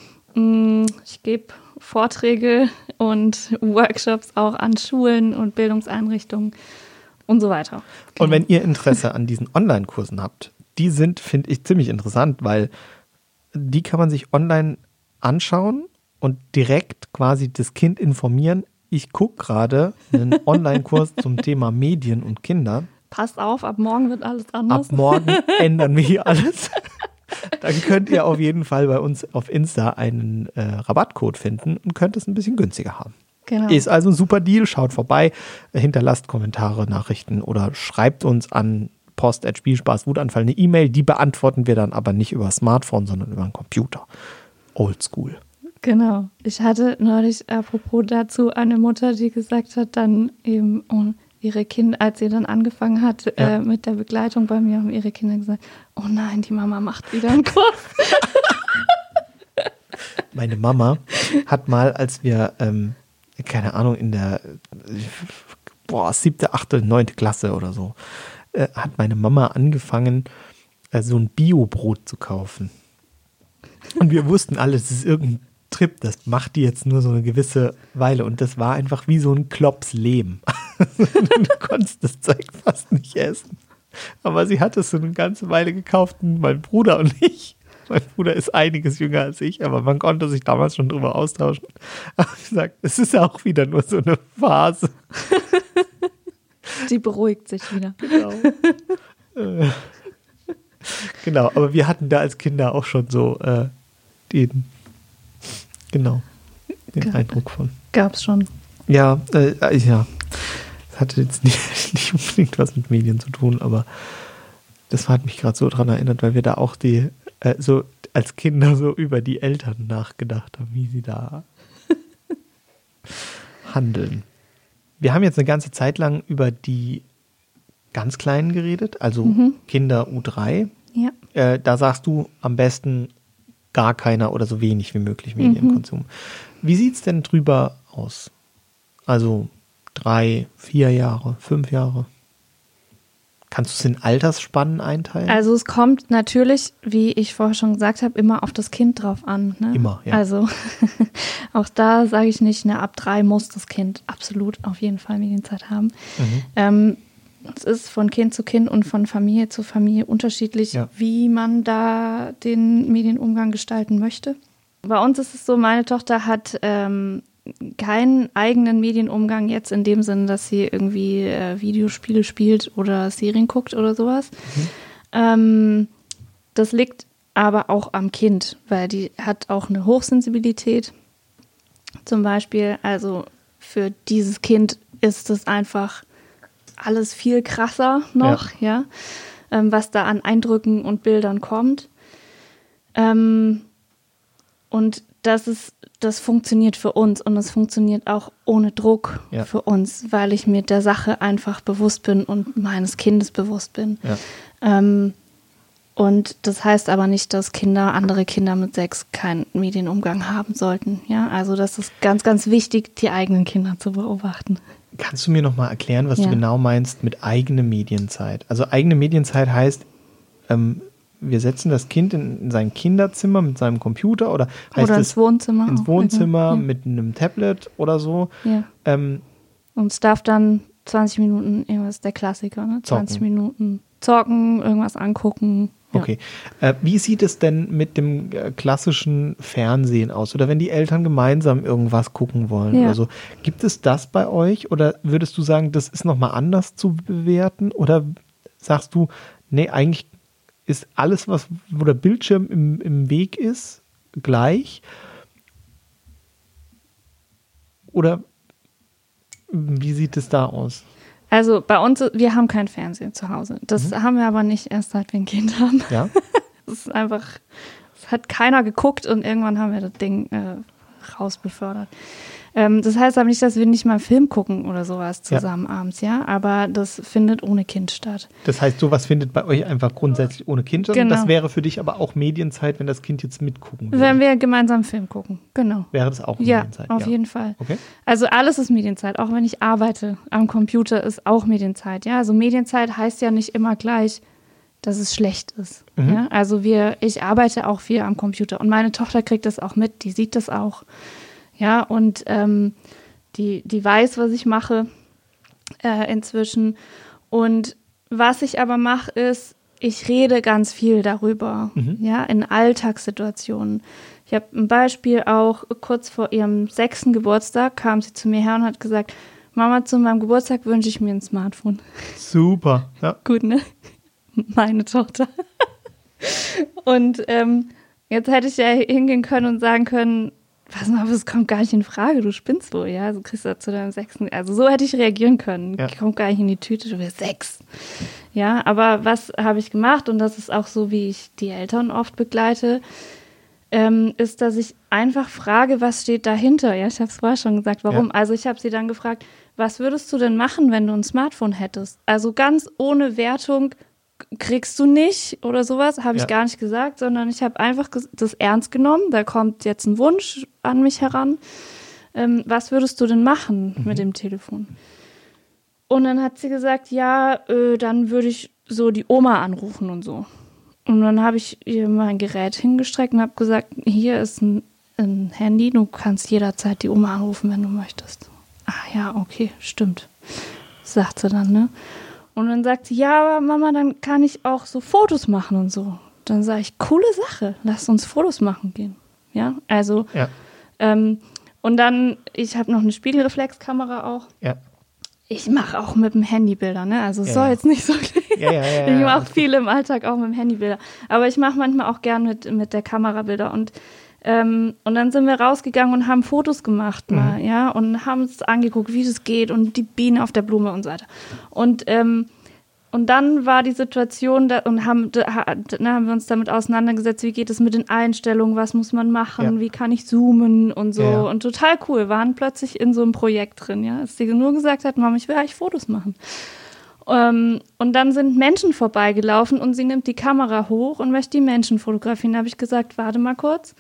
Ich gebe Vorträge und Workshops auch an Schulen und Bildungseinrichtungen und so weiter. Genau. Und wenn ihr Interesse an diesen Online-Kursen habt, die sind, finde ich, ziemlich interessant, weil die kann man sich online anschauen und direkt quasi das Kind informieren. Ich gucke gerade einen Online-Kurs zum Thema Medien und Kinder. Passt auf, ab morgen wird alles anders. Ab morgen ändern wir hier alles. Dann könnt ihr auf jeden Fall bei uns auf Insta einen Rabattcode finden und könnt es ein bisschen günstiger haben. Genau. Ist also ein super Deal. Schaut vorbei, hinterlasst Kommentare, Nachrichten oder schreibt uns an post@Spielspaß-Wutanfall eine E-Mail. Die beantworten wir dann aber nicht über Smartphone, sondern über einen Computer. Oldschool. Genau. Ich hatte neulich, apropos dazu, eine Mutter, die gesagt hat, dann eben ihre Kinder, als sie dann angefangen hat mit der Begleitung bei mir, haben ihre Kinder gesagt, oh nein, die Mama macht wieder einen Kurs. Meine Mama hat mal, als wir, keine Ahnung, in der 7., 8., 9. Klasse oder so, hat meine Mama angefangen, so ein Bio-Brot zu kaufen. Und wir wussten alle, das ist irgendein Trip, das macht die jetzt nur so eine gewisse Weile. Und das war einfach wie so ein Klops Lehm. Du konntest das Zeug fast nicht essen. Aber sie hat es so eine ganze Weile gekauft, mein Bruder und ich. Mein Bruder ist einiges jünger als ich, aber man konnte sich damals schon drüber austauschen. Aber ich gesagt, es ist ja auch wieder nur so eine Phase. Die beruhigt sich wieder. Genau. Genau, aber wir hatten da als Kinder auch schon so den Eindruck von. Gab's schon. Ja, ja. Das hatte jetzt nicht unbedingt was mit Medien zu tun, aber das hat mich gerade so dran erinnert, weil wir da auch die so als Kinder so über die Eltern nachgedacht haben, wie sie da handeln. Wir haben jetzt eine ganze Zeit lang über die ganz Kleinen geredet, also Kinder U3. Ja. Da sagst du am besten gar keiner oder so wenig wie möglich Medienkonsum. Wie sieht es denn drüber aus? Also 3, 4 Jahre, 5 Jahre? Kannst du es in Altersspannen einteilen? Also es kommt natürlich, wie ich vorher schon gesagt habe, immer auf das Kind drauf an. Ne? Immer, ja. Also auch da sage ich nicht, ab 3 muss das Kind absolut auf jeden Fall Medienzeit haben. Es ist von Kind zu Kind und von Familie zu Familie unterschiedlich, wie man da den Medienumgang gestalten möchte. Bei uns ist es so, meine Tochter hat keinen eigenen Medienumgang jetzt in dem Sinne, dass sie irgendwie Videospiele spielt oder Serien guckt oder sowas. Das liegt aber auch am Kind, weil die hat auch eine Hochsensibilität zum Beispiel. Also für dieses Kind ist es einfach alles viel krasser noch, was da an Eindrücken und Bildern kommt. Und das funktioniert für uns und es funktioniert auch ohne Druck für uns, weil ich mir der Sache einfach bewusst bin und meines Kindes bewusst bin. Ja. Und das heißt aber nicht, dass andere Kinder mit 6 keinen Medienumgang haben sollten. Ja, also das ist ganz, ganz wichtig, die eigenen Kinder zu beobachten. Kannst du mir noch mal erklären, was du genau meinst mit eigene Medienzeit? Also eigene Medienzeit heißt, wir setzen das Kind in sein Kinderzimmer mit seinem Computer oder heißt oder ins Wohnzimmer. Ins Wohnzimmer mit einem Tablet oder so. Ja. Und es darf dann 20 Minuten, irgendwas der Klassiker, ne? 20 Minuten zocken, irgendwas angucken. Ja. Okay. Wie sieht es denn mit dem klassischen Fernsehen aus? Oder wenn die Eltern gemeinsam irgendwas gucken wollen oder so. Gibt es das bei euch? Oder würdest du sagen, das ist nochmal anders zu bewerten? Oder sagst du, nee, eigentlich ist alles, wo der Bildschirm im Weg ist, gleich? Oder wie sieht es da aus? Also bei uns, wir haben kein Fernsehen zu Hause. Das haben wir aber nicht erst seit wir ein Kind haben. Ja? Das ist einfach, es hat keiner geguckt und irgendwann haben wir das Ding rausbefördert. Das heißt aber nicht, dass wir nicht mal einen Film gucken oder sowas zusammen abends, aber das findet ohne Kind statt. Das heißt, sowas findet bei euch einfach grundsätzlich ohne Kind statt. Genau. Das wäre für dich aber auch Medienzeit, wenn das Kind jetzt mitgucken würde. Wenn wir gemeinsam einen Film gucken, genau. Wäre das auch Medienzeit? Auf jeden Fall. Okay. Also alles ist Medienzeit, auch wenn ich arbeite am Computer, ist auch Medienzeit. Ja? Also Medienzeit heißt ja nicht immer gleich, dass es schlecht ist. Ja? Also ich arbeite auch viel am Computer und meine Tochter kriegt das auch mit, die sieht das auch. Ja, und die weiß, was ich mache inzwischen. Und was ich aber mache, ist, ich rede ganz viel darüber, in Alltagssituationen. Ich habe ein Beispiel auch, kurz vor ihrem 6. Geburtstag kam sie zu mir her und hat gesagt, Mama, zu meinem Geburtstag wünsche ich mir ein Smartphone. Super, ja. Gut, ne? Meine Tochter. Und jetzt hätte ich ja hingehen können und sagen können, was mal, das kommt gar nicht in Frage, du spinnst wohl, ja, du kriegst da zu deinem 6. Also so hätte ich reagieren können, kommt gar nicht in die Tüte, du wirst 6. Ja, aber was habe ich gemacht, und das ist auch so, wie ich die Eltern oft begleite, ist, dass ich einfach frage, was steht dahinter? Ja, ich habe es vorher schon gesagt, warum. Ja. Also ich habe sie dann gefragt, was würdest du denn machen, wenn du ein Smartphone hättest? Also ganz ohne Wertung, kriegst du nicht oder sowas, habe ich gar nicht gesagt, sondern ich habe einfach das ernst genommen. Da kommt jetzt ein Wunsch an mich heran. Was würdest du denn machen mit dem Telefon? Und dann hat sie gesagt, ja, dann würde ich so die Oma anrufen und so. Und dann habe ich ihr mein Gerät hingestreckt und habe gesagt, hier ist ein Handy, du kannst jederzeit die Oma anrufen, wenn du möchtest. Ah ja, okay, stimmt, sagt sie dann, ne? Und dann sagt sie, ja, aber Mama, dann kann ich auch so Fotos machen und so. Dann sage ich, coole Sache, lass uns Fotos machen gehen. Ja, also, und dann, ich habe noch eine Spiegelreflexkamera auch. Ja. Ich mache auch mit dem Handy Bilder, ne? Also es soll jetzt nicht so klingen. Ich mache viele im Alltag auch mit dem Handy Bilder. Aber ich mache manchmal auch gern mit der Kamera Bilder. Und dann sind wir rausgegangen und haben Fotos gemacht mal, ja, und haben uns angeguckt, wie das geht und die Bienen auf der Blume und so weiter. Und dann war die Situation, und haben wir uns damit auseinandergesetzt, wie geht es mit den Einstellungen, was muss man machen, wie kann ich zoomen und so. Ja. Und total cool, waren plötzlich in so einem Projekt drin, ja, als sie nur gesagt hat, Mama, ich will eigentlich Fotos machen. Und dann sind Menschen vorbeigelaufen und sie nimmt die Kamera hoch und möchte die Menschen fotografieren. Da habe ich gesagt, warte mal kurz,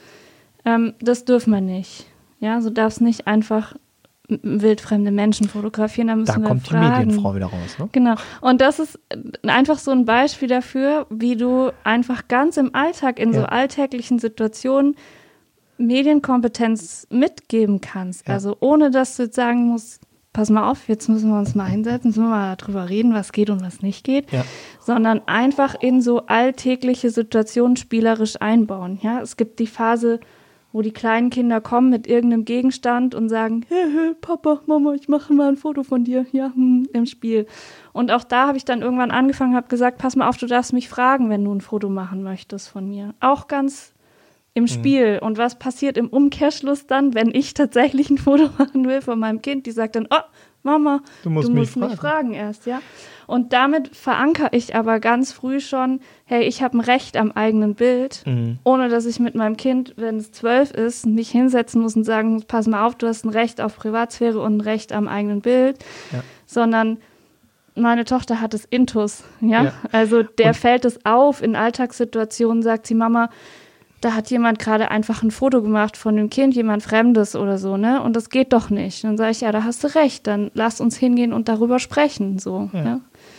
das dürfen wir nicht. Ja, so darfst nicht einfach wildfremde Menschen fotografieren, da müssen wir fragen. Da kommt die Medienfrau wieder raus, ne? Genau. Und das ist einfach so ein Beispiel dafür, wie du einfach ganz im Alltag, in so alltäglichen Situationen Medienkompetenz mitgeben kannst. Ja. Also ohne, dass du jetzt sagen musst, pass mal auf, jetzt müssen wir uns mal hinsetzen, müssen wir mal darüber reden, was geht und was nicht geht, sondern einfach in so alltägliche Situationen spielerisch einbauen. Ja, es gibt die Phase, wo die kleinen Kinder kommen mit irgendeinem Gegenstand und sagen, hey, Papa, Mama, ich mache mal ein Foto von dir, im Spiel. Und auch da habe ich dann irgendwann angefangen, habe gesagt, pass mal auf, du darfst mich fragen, wenn du ein Foto machen möchtest von mir. Auch ganz im Spiel. Und was passiert im Umkehrschluss dann, wenn ich tatsächlich ein Foto machen will von meinem Kind? Die sagt dann, oh, Mama, du musst mich fragen erst, ja. Und damit verankere ich aber ganz früh schon, hey, ich habe ein Recht am eigenen Bild, ohne dass ich mit meinem Kind, wenn es 12 ist, mich hinsetzen muss und sagen muss, pass mal auf, du hast ein Recht auf Privatsphäre und ein Recht am eigenen Bild, sondern meine Tochter hat es intus, ja. Also der fällt es auf, in Alltagssituationen sagt sie, Mama, da hat jemand gerade einfach ein Foto gemacht von dem Kind, jemand Fremdes oder so, ne? Und das geht doch nicht. Dann sage ich, ja, da hast du recht, dann lass uns hingehen und darüber sprechen, so. Ja.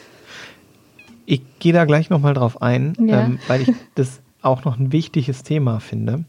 Ich gehe da gleich nochmal drauf ein, weil ich das auch noch ein wichtiges Thema finde.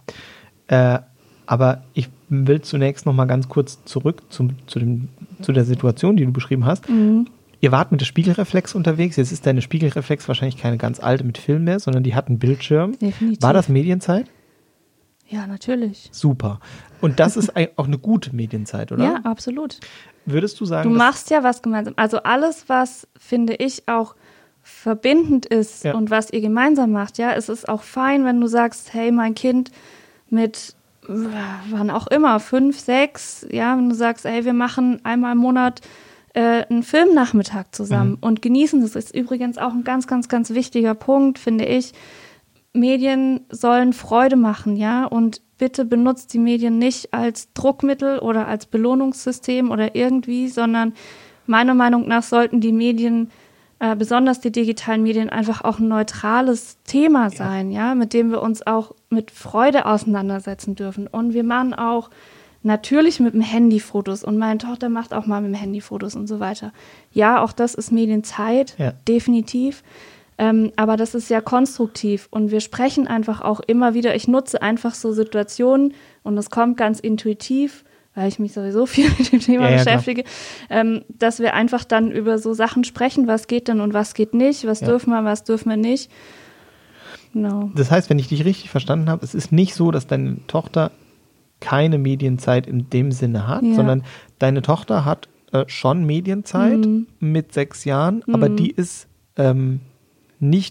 Aber ich will zunächst nochmal ganz kurz zurück zu der Situation, die du beschrieben hast. Ihr wart mit der Spiegelreflex unterwegs. Jetzt ist deine Spiegelreflex wahrscheinlich keine ganz alte mit Film mehr, sondern die hat einen Bildschirm. Definitiv. War das Medienzeit? Ja, natürlich. Super. Und das ist auch eine gute Medienzeit, oder? Ja, absolut. Würdest du sagen, du machst ja was gemeinsam. Also alles, was, finde ich, auch verbindend ist und was ihr gemeinsam macht, ja, es ist auch fein, wenn du sagst, hey, mein Kind mit wann auch immer, 5, 6, ja, wenn du sagst, hey, wir machen einmal im Monat einen Filmnachmittag zusammen und genießen. Das ist übrigens auch ein ganz, ganz, ganz wichtiger Punkt, finde ich. Medien sollen Freude machen, ja, und bitte benutzt die Medien nicht als Druckmittel oder als Belohnungssystem oder irgendwie, sondern meiner Meinung nach sollten die Medien, besonders die digitalen Medien, einfach auch ein neutrales Thema sein, ja, mit dem wir uns auch mit Freude auseinandersetzen dürfen. Und wir machen auch natürlich mit dem Handy Fotos und meine Tochter macht auch mal mit dem Handy Fotos und so weiter. Ja, auch das ist Medienzeit, definitiv. Aber das ist ja konstruktiv und wir sprechen einfach auch immer wieder, ich nutze einfach so Situationen und das kommt ganz intuitiv, weil ich mich sowieso viel mit dem Thema beschäftige, dass wir einfach dann über so Sachen sprechen, was geht denn und was geht nicht, was dürfen wir, was dürfen wir nicht. Genau. Das heißt, wenn ich dich richtig verstanden habe, es ist nicht so, dass deine Tochter keine Medienzeit in dem Sinne hat, sondern deine Tochter hat schon Medienzeit mit 6 Jahren, aber die ist nicht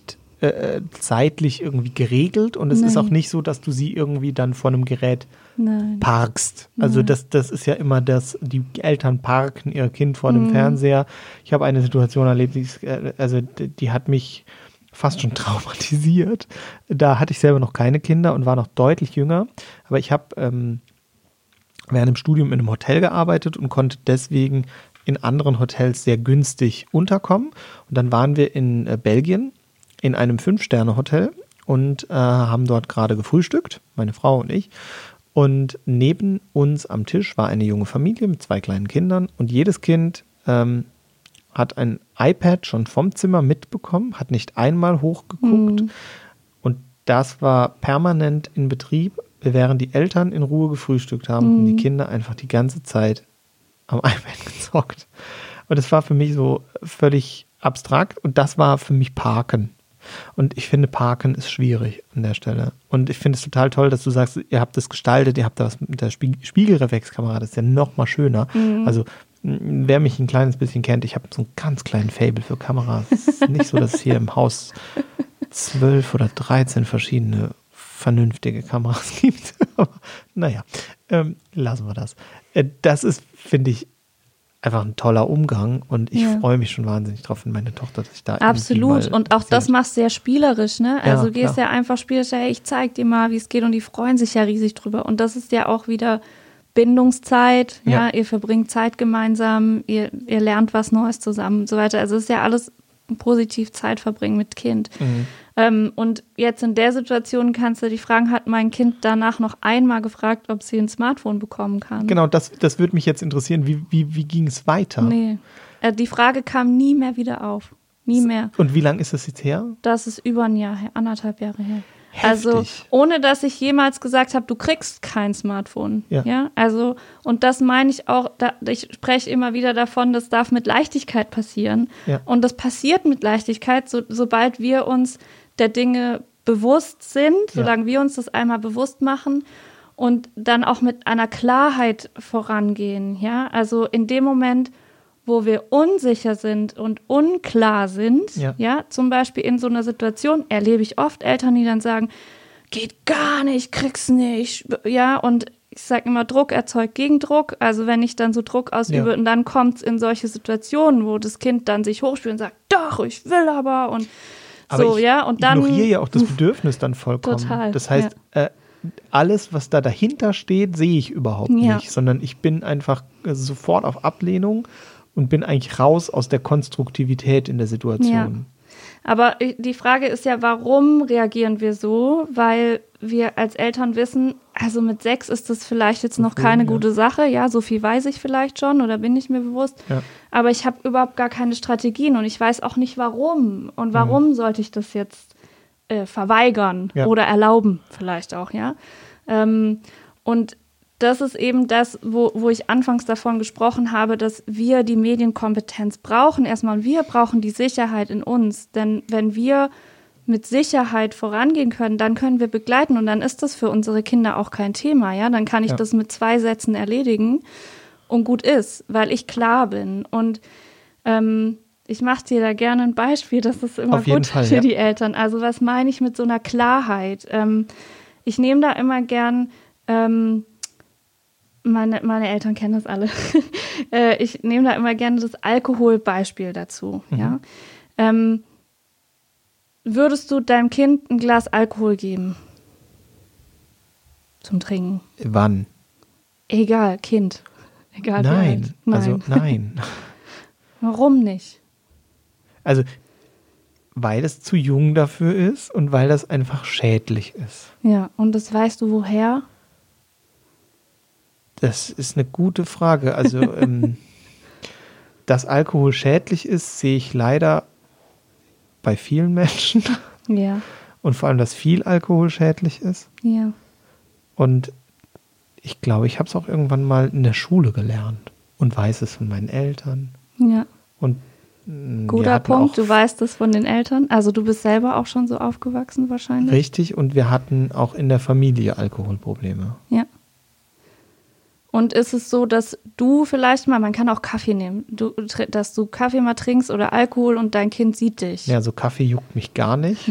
zeitlich irgendwie geregelt und es ist auch nicht so, dass du sie irgendwie dann vor einem Gerät parkst. Also das ist ja immer die Eltern parken ihr Kind vor dem Fernseher. Ich habe eine Situation erlebt, die hat mich fast schon traumatisiert. Da hatte ich selber noch keine Kinder und war noch deutlich jünger, aber ich habe während dem Studium in einem Hotel gearbeitet und konnte deswegen in anderen Hotels sehr günstig unterkommen. Und dann waren wir in Belgien in einem 5-Sterne-Hotel und haben dort gerade gefrühstückt, meine Frau und ich. Und neben uns am Tisch war eine junge Familie mit 2 kleinen Kindern und jedes Kind hat ein iPad schon vom Zimmer mitbekommen, hat nicht einmal hochgeguckt und das war permanent in Betrieb, während die Eltern in Ruhe gefrühstückt haben und die Kinder einfach die ganze Zeit am iPad gezockt. Und das war für mich so völlig abstrakt und das war für mich Parken. Und ich finde, Parken ist schwierig an der Stelle. Und ich finde es total toll, dass du sagst, ihr habt das gestaltet, ihr habt da was mit der Spiegelreflexkamera, das ist ja noch mal schöner. Also wer mich ein kleines bisschen kennt, ich habe so einen ganz kleinen Faible für Kameras. Es ist nicht so, dass es hier im Haus 12 oder 13 verschiedene vernünftige Kameras gibt. Aber naja, lassen wir das. Das ist, finde ich, einfach ein toller Umgang und ich freue mich schon wahnsinnig drauf, wenn meine Tochter sich da absolut und auch das machst du ja spielerisch, ne? Also gehst ja einfach spielerisch, hey, ich zeig dir mal, wie es geht und die freuen sich ja riesig drüber und das ist ja auch wieder Bindungszeit, ja, ihr verbringt Zeit gemeinsam, ihr lernt was Neues zusammen und so weiter, also es ist ja alles positiv Zeit verbringen mit Kind. Und jetzt in der Situation kannst du dich fragen, hat mein Kind danach noch einmal gefragt, ob sie ein Smartphone bekommen kann? Genau, das würde mich jetzt interessieren. Wie ging es weiter? Nee, die Frage kam nie mehr wieder auf. Nie mehr. Und wie lange ist das jetzt her? Das ist über ein Jahr her, 1,5 Jahre her. Heftig. Also ohne, dass ich jemals gesagt habe, du kriegst kein Smartphone. Ja? Also, und das meine ich auch, ich spreche immer wieder davon, das darf mit Leichtigkeit passieren. Ja. Und das passiert mit Leichtigkeit, sobald wir uns der Dinge bewusst sind, solange wir uns das einmal bewusst machen und dann auch mit einer Klarheit vorangehen. Ja? Also in dem Moment, wo wir unsicher sind und unklar sind, ja, zum Beispiel in so einer Situation, erlebe ich oft Eltern, die dann sagen, geht gar nicht, krieg's nicht, ja, und ich sage immer, Druck erzeugt Gegendruck, also wenn ich dann so Druck ausübe und dann kommt es in solche Situationen, wo das Kind dann sich hochspielt und sagt, doch, ich will aber und aber so, ja, und dann ignoriere ja auch das Bedürfnis dann vollkommen. Total. Das heißt, alles, was da dahinter steht, sehe ich überhaupt nicht, sondern ich bin einfach sofort auf Ablehnung und bin eigentlich raus aus der Konstruktivität in der Situation. Ja. Aber die Frage ist ja, warum reagieren wir so? Weil wir als Eltern wissen, also mit 6 ist das vielleicht jetzt noch keine gute Sache. Ja, so viel weiß ich vielleicht schon oder bin ich mir bewusst. Ja. Aber ich habe überhaupt gar keine Strategien und ich weiß auch nicht, warum. Und warum sollte ich das jetzt verweigern oder erlauben vielleicht auch, ja. Und das ist eben das, wo ich anfangs davon gesprochen habe, dass wir die Medienkompetenz brauchen. Erstmal, wir brauchen die Sicherheit in uns. Denn wenn wir mit Sicherheit vorangehen können, dann können wir begleiten und dann ist das für unsere Kinder auch kein Thema. Ja? Dann kann ich das mit 2 Sätzen erledigen und gut ist, weil ich klar bin. Und ich mache dir da gerne ein Beispiel, das ist immer gut für die Eltern. Also was meine ich mit so einer Klarheit? Ich nehme da immer gern meine Eltern kennen das alle. Ich nehme da immer gerne das Alkoholbeispiel dazu. Ja? Würdest du deinem Kind ein Glas Alkohol geben? Zum Trinken? Wann? Egal, Kind. Egal. Nein. Also nein. Warum nicht? Also, weil es zu jung dafür ist und weil das einfach schädlich ist. Ja, und das weißt du woher? Das ist eine gute Frage. Also, dass Alkohol schädlich ist, sehe ich leider bei vielen Menschen. Ja. Und vor allem, dass viel Alkohol schädlich ist. Ja. Und ich glaube, ich habe es auch irgendwann mal in der Schule gelernt und weiß es von meinen Eltern. Ja. Und guter Punkt, du weißt es von den Eltern. Also du bist selber auch schon so aufgewachsen wahrscheinlich. Richtig, und wir hatten auch in der Familie Alkoholprobleme. Ja. Und ist es so, dass du vielleicht mal, man kann auch Kaffee nehmen, dass du Kaffee mal trinkst oder Alkohol und dein Kind sieht dich? Ja, so Kaffee juckt mich gar nicht.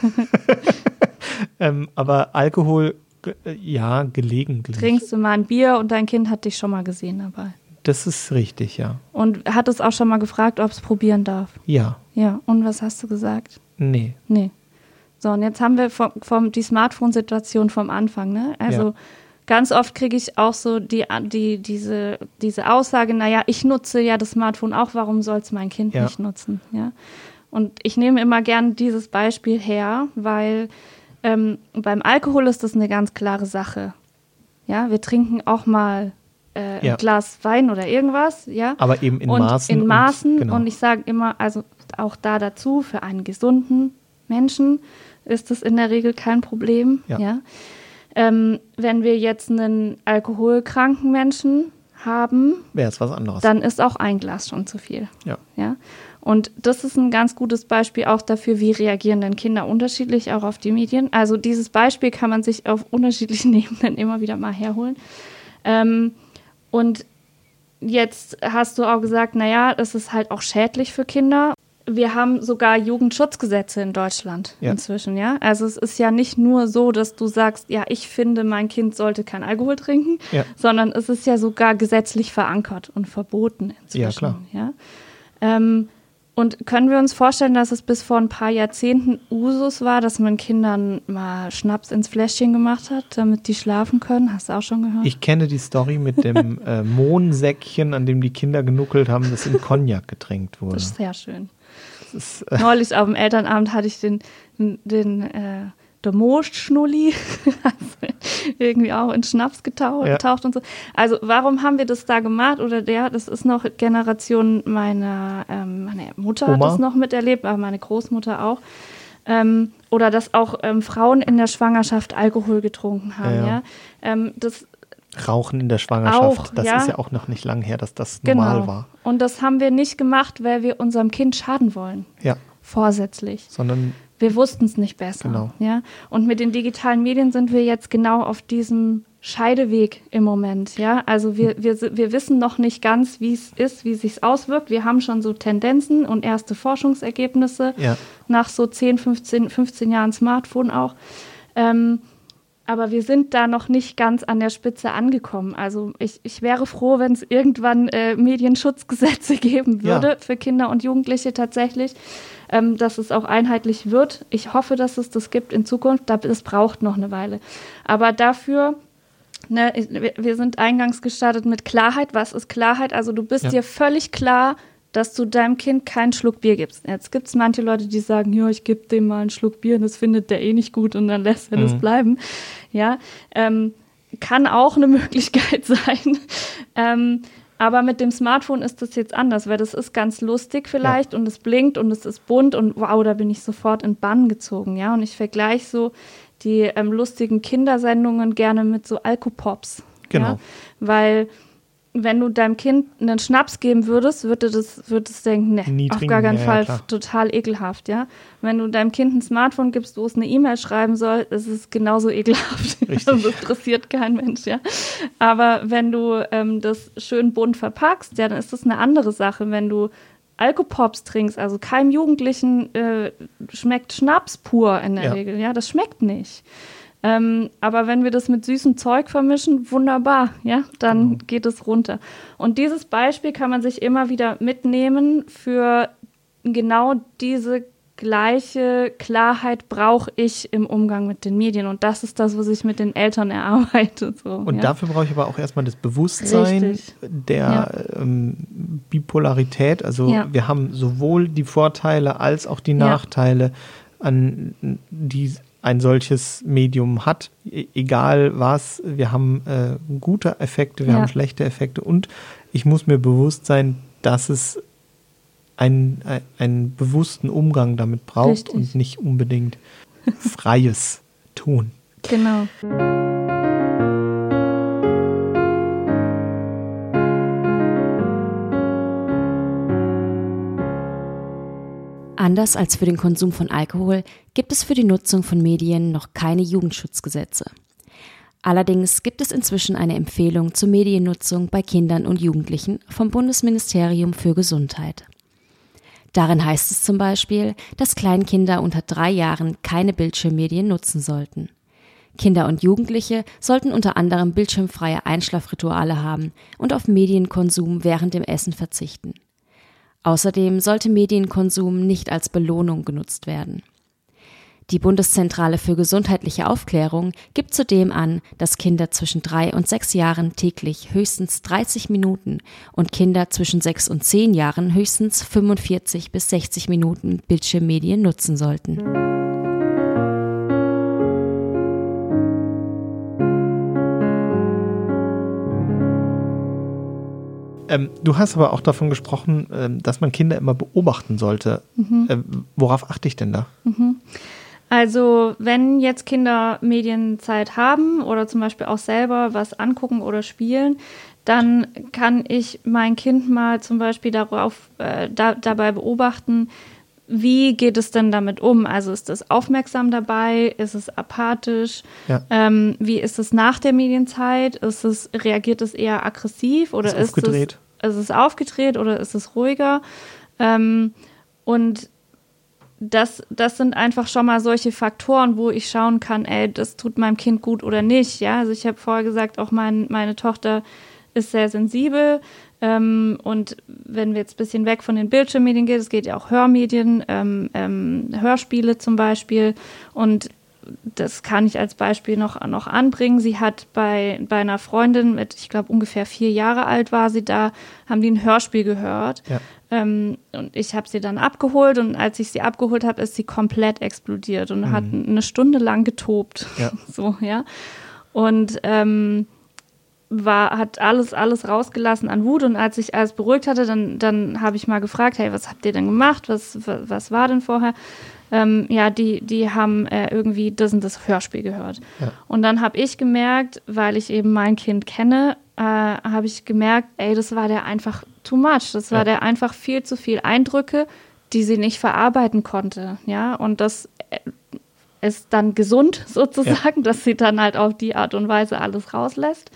Aber Alkohol, ja, gelegentlich. Trinkst du mal ein Bier und dein Kind hat dich schon mal gesehen dabei? Das ist richtig, ja. Und hat es auch schon mal gefragt, ob es probieren darf? Ja. Ja, und was hast du gesagt? Nee. So, und jetzt haben wir die Smartphone-Situation vom Anfang, ne? Also ganz oft kriege ich auch so diese Aussage, naja, ich nutze ja das Smartphone auch, warum soll es mein Kind nicht nutzen? Ja? Und ich nehme immer gern dieses Beispiel her, weil beim Alkohol ist das eine ganz klare Sache. Ja, wir trinken auch mal ein Glas Wein oder irgendwas, ja. Aber eben in Maßen. In Maßen. Genau. Und ich sage immer, also auch da dazu, für einen gesunden Menschen ist das in der Regel kein Problem, ja. Wenn wir jetzt einen alkoholkranken Menschen haben, wäre es was anderes. Dann ist auch ein Glas schon zu viel. Ja? Und das ist ein ganz gutes Beispiel auch dafür, wie reagieren denn Kinder unterschiedlich auch auf die Medien. Also dieses Beispiel kann man sich auf unterschiedlichen Ebenen immer wieder mal herholen. Und jetzt hast du auch gesagt, naja, es ist halt auch schädlich für Kinder. Wir haben sogar Jugendschutzgesetze in Deutschland inzwischen, ja. Also es ist ja nicht nur so, dass du sagst, ja, ich finde, mein Kind sollte kein Alkohol trinken, sondern es ist ja sogar gesetzlich verankert und verboten inzwischen. Ja, klar. Ja? Und können wir uns vorstellen, dass es bis vor ein paar Jahrzehnten Usus war, dass man Kindern mal Schnaps ins Fläschchen gemacht hat, damit die schlafen können? Hast du auch schon gehört? Ich kenne die Story mit dem Mohnsäckchen, an dem die Kinder genuckelt haben, das in Cognac getränkt wurde. Das ist sehr schön. Neulich auf dem Elternabend hatte ich der Moostschnulli irgendwie auch in Schnaps getaucht und so. Also warum haben wir das da gemacht? Oder das ist noch Generation meine Mutter hat das noch miterlebt, aber meine Großmutter auch. Oder dass auch Frauen in der Schwangerschaft Alkohol getrunken haben. Das Rauchen in der Schwangerschaft, das ist ja auch noch nicht lang her, dass das normal war. Und das haben wir nicht gemacht, weil wir unserem Kind schaden wollen. Ja. Vorsätzlich. Sondern wir wussten es nicht besser. Genau. Ja? Und mit den digitalen Medien sind wir jetzt genau auf diesem Scheideweg im Moment. Ja? Also wir wissen noch nicht ganz, wie es ist, wie es sich auswirkt. Wir haben schon so Tendenzen und erste Forschungsergebnisse nach so 10, 15 Jahren Smartphone auch. Aber wir sind da noch nicht ganz an der Spitze angekommen. Also ich wäre froh, wenn es irgendwann Medienschutzgesetze geben würde für Kinder und Jugendliche tatsächlich, dass es auch einheitlich wird. Ich hoffe, dass es das gibt in Zukunft. Das braucht noch eine Weile. Aber dafür, wir sind eingangs gestartet mit Klarheit. Was ist Klarheit? Also du bist dir völlig klar, dass du deinem Kind keinen Schluck Bier gibst. Jetzt gibt es manche Leute, die sagen, ja, ich gebe dem mal einen Schluck Bier und das findet der eh nicht gut und dann lässt er das bleiben. Ja, kann auch eine Möglichkeit sein. Aber mit dem Smartphone ist das jetzt anders, weil das ist ganz lustig vielleicht und es blinkt und es ist bunt und wow, da bin ich sofort in Bann gezogen. Ja, und ich vergleiche so die lustigen Kindersendungen gerne mit so Alkopops. Genau. Ja? Weil wenn du deinem Kind einen Schnaps geben würdest, würde es denken, ne, auf gar keinen Fall, total ekelhaft, ja. Wenn du deinem Kind ein Smartphone gibst, wo es eine E-Mail schreiben soll, ist es genauso ekelhaft. Das interessiert kein Mensch, ja. Aber wenn du das schön bunt verpackst, ja, dann ist das eine andere Sache. Wenn du Alkopops trinkst, also keinem Jugendlichen schmeckt Schnaps pur in der Regel, ja, das schmeckt nicht. Aber wenn wir das mit süßem Zeug vermischen, wunderbar, ja, dann geht es runter. Und dieses Beispiel kann man sich immer wieder mitnehmen für genau diese gleiche Klarheit brauche ich im Umgang mit den Medien. Und das ist das, was ich mit den Eltern erarbeite. So, und dafür brauche ich aber auch erstmal das Bewusstsein der Bipolarität. Also wir haben sowohl die Vorteile als auch die Nachteile, an die ein solches Medium hat, egal was. Wir haben gute Effekte, wir haben schlechte Effekte und ich muss mir bewusst sein, dass es einen bewussten Umgang damit braucht und nicht unbedingt freies Tun. Genau. Anders als für den Konsum von Alkohol gibt es für die Nutzung von Medien noch keine Jugendschutzgesetze. Allerdings gibt es inzwischen eine Empfehlung zur Mediennutzung bei Kindern und Jugendlichen vom Bundesministerium für Gesundheit. Darin heißt es zum Beispiel, dass Kleinkinder unter 3 Jahren keine Bildschirmmedien nutzen sollten. Kinder und Jugendliche sollten unter anderem bildschirmfreie Einschlafrituale haben und auf Medienkonsum während dem Essen verzichten. Außerdem sollte Medienkonsum nicht als Belohnung genutzt werden. Die Bundeszentrale für gesundheitliche Aufklärung gibt zudem an, dass Kinder zwischen 3 und 6 Jahren täglich höchstens 30 Minuten und Kinder zwischen 6 und 10 Jahren höchstens 45 bis 60 Minuten Bildschirmmedien nutzen sollten. Du hast aber auch davon gesprochen, dass man Kinder immer beobachten sollte. Worauf achte ich denn da? Also wenn jetzt Kinder Medienzeit haben oder zum Beispiel auch selber was angucken oder spielen, dann kann ich mein Kind mal zum Beispiel dabei beobachten, wie geht es denn damit um? Also ist es aufmerksam dabei? Ist es apathisch? Ja. Wie ist es nach der Medienzeit? Reagiert es eher aggressiv oder ist es aufgedreht oder ist es ruhiger? Und das sind einfach schon mal solche Faktoren, wo ich schauen kann, das tut meinem Kind gut oder nicht. Ja? Also ich habe vorher gesagt, auch meine Tochter ist sehr sensibel. Und wenn wir jetzt ein bisschen weg von den Bildschirmmedien gehen, es geht ja auch Hörmedien, Hörspiele zum Beispiel. Und das kann ich als Beispiel noch anbringen. Sie hat bei einer Freundin mit, ich glaube ungefähr 4 Jahre alt war sie da, haben die ein Hörspiel gehört. Ja. Und ich habe sie dann abgeholt und als ich sie abgeholt habe, ist sie komplett explodiert und hat eine Stunde lang getobt. Ja. So, ja. Und hat alles rausgelassen an Wut und als ich alles beruhigt hatte, dann habe ich mal gefragt, hey, was habt ihr denn gemacht? Was war denn vorher? Die haben irgendwie das und das Hörspiel gehört. Ja. Und dann habe ich gemerkt, weil ich eben mein Kind kenne, habe ich gemerkt, das war der einfach too much. Das war der einfach viel zu viel Eindrücke, die sie nicht verarbeiten konnte. Ja, und das ist dann gesund sozusagen, dass sie dann halt auf die Art und Weise alles rauslässt.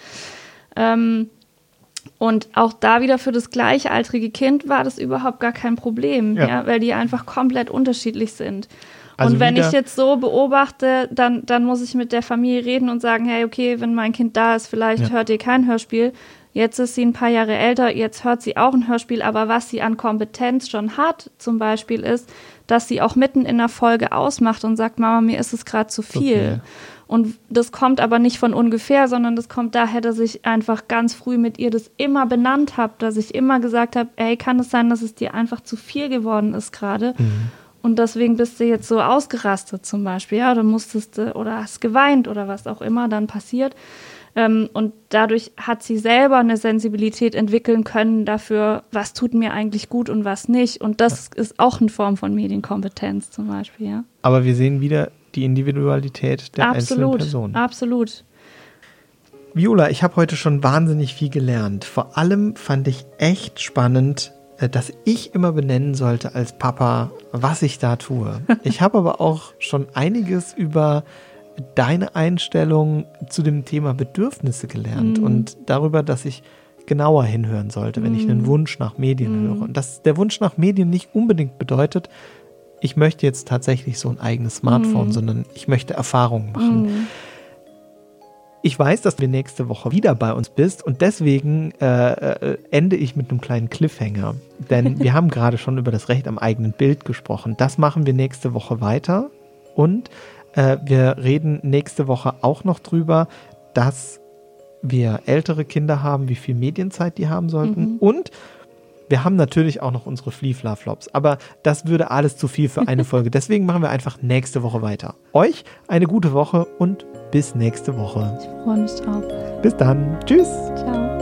Und auch da wieder für das gleichaltrige Kind war das überhaupt gar kein Problem, weil die einfach komplett unterschiedlich sind. Also und wenn ich jetzt so beobachte, dann muss ich mit der Familie reden und sagen, hey, okay, wenn mein Kind da ist, vielleicht hört ihr kein Hörspiel. Jetzt ist sie ein paar Jahre älter, jetzt hört sie auch ein Hörspiel, aber was sie an Kompetenz schon hat, zum Beispiel ist, dass sie auch mitten in der Folge ausmacht und sagt, Mama, mir ist es gerade zu viel. Und das kommt aber nicht von ungefähr, sondern das kommt daher, dass ich einfach ganz früh mit ihr das immer benannt habe, dass ich immer gesagt habe, hey, kann es sein, dass es dir einfach zu viel geworden ist gerade? Und deswegen bist du jetzt so ausgerastet zum Beispiel, ja, oder musstest du oder hast geweint oder was auch immer dann passiert. Und dadurch hat sie selber eine Sensibilität entwickeln können dafür, was tut mir eigentlich gut und was nicht. Und das ist auch eine Form von Medienkompetenz zum Beispiel, ja. Aber wir sehen wieder die Individualität der einzelnen Personen. Absolut. Viola, ich habe heute schon wahnsinnig viel gelernt. Vor allem fand ich echt spannend, dass ich immer benennen sollte als Papa, was ich da tue. Ich habe aber auch schon einiges über deine Einstellung zu dem Thema Bedürfnisse gelernt und darüber, dass ich genauer hinhören sollte, wenn ich einen Wunsch nach Medien höre. Und dass der Wunsch nach Medien nicht unbedingt bedeutet, ich möchte jetzt tatsächlich so ein eigenes Smartphone, sondern ich möchte Erfahrungen machen. Ich weiß, dass du nächste Woche wieder bei uns bist und deswegen ende ich mit einem kleinen Cliffhanger. Denn wir haben gerade schon über das Recht am eigenen Bild gesprochen. Das machen wir nächste Woche weiter und wir reden nächste Woche auch noch drüber, dass wir ältere Kinder haben, wie viel Medienzeit die haben sollten. Und wir haben natürlich auch noch unsere Fliefla-Flops. Aber das würde alles zu viel für eine Folge. Deswegen machen wir einfach nächste Woche weiter. Euch eine gute Woche und bis nächste Woche. Ich freue mich drauf. Bis dann. Tschüss. Ciao.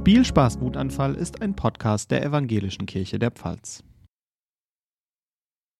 Spielspaß Wutanfall ist ein Podcast der Evangelischen Kirche der Pfalz.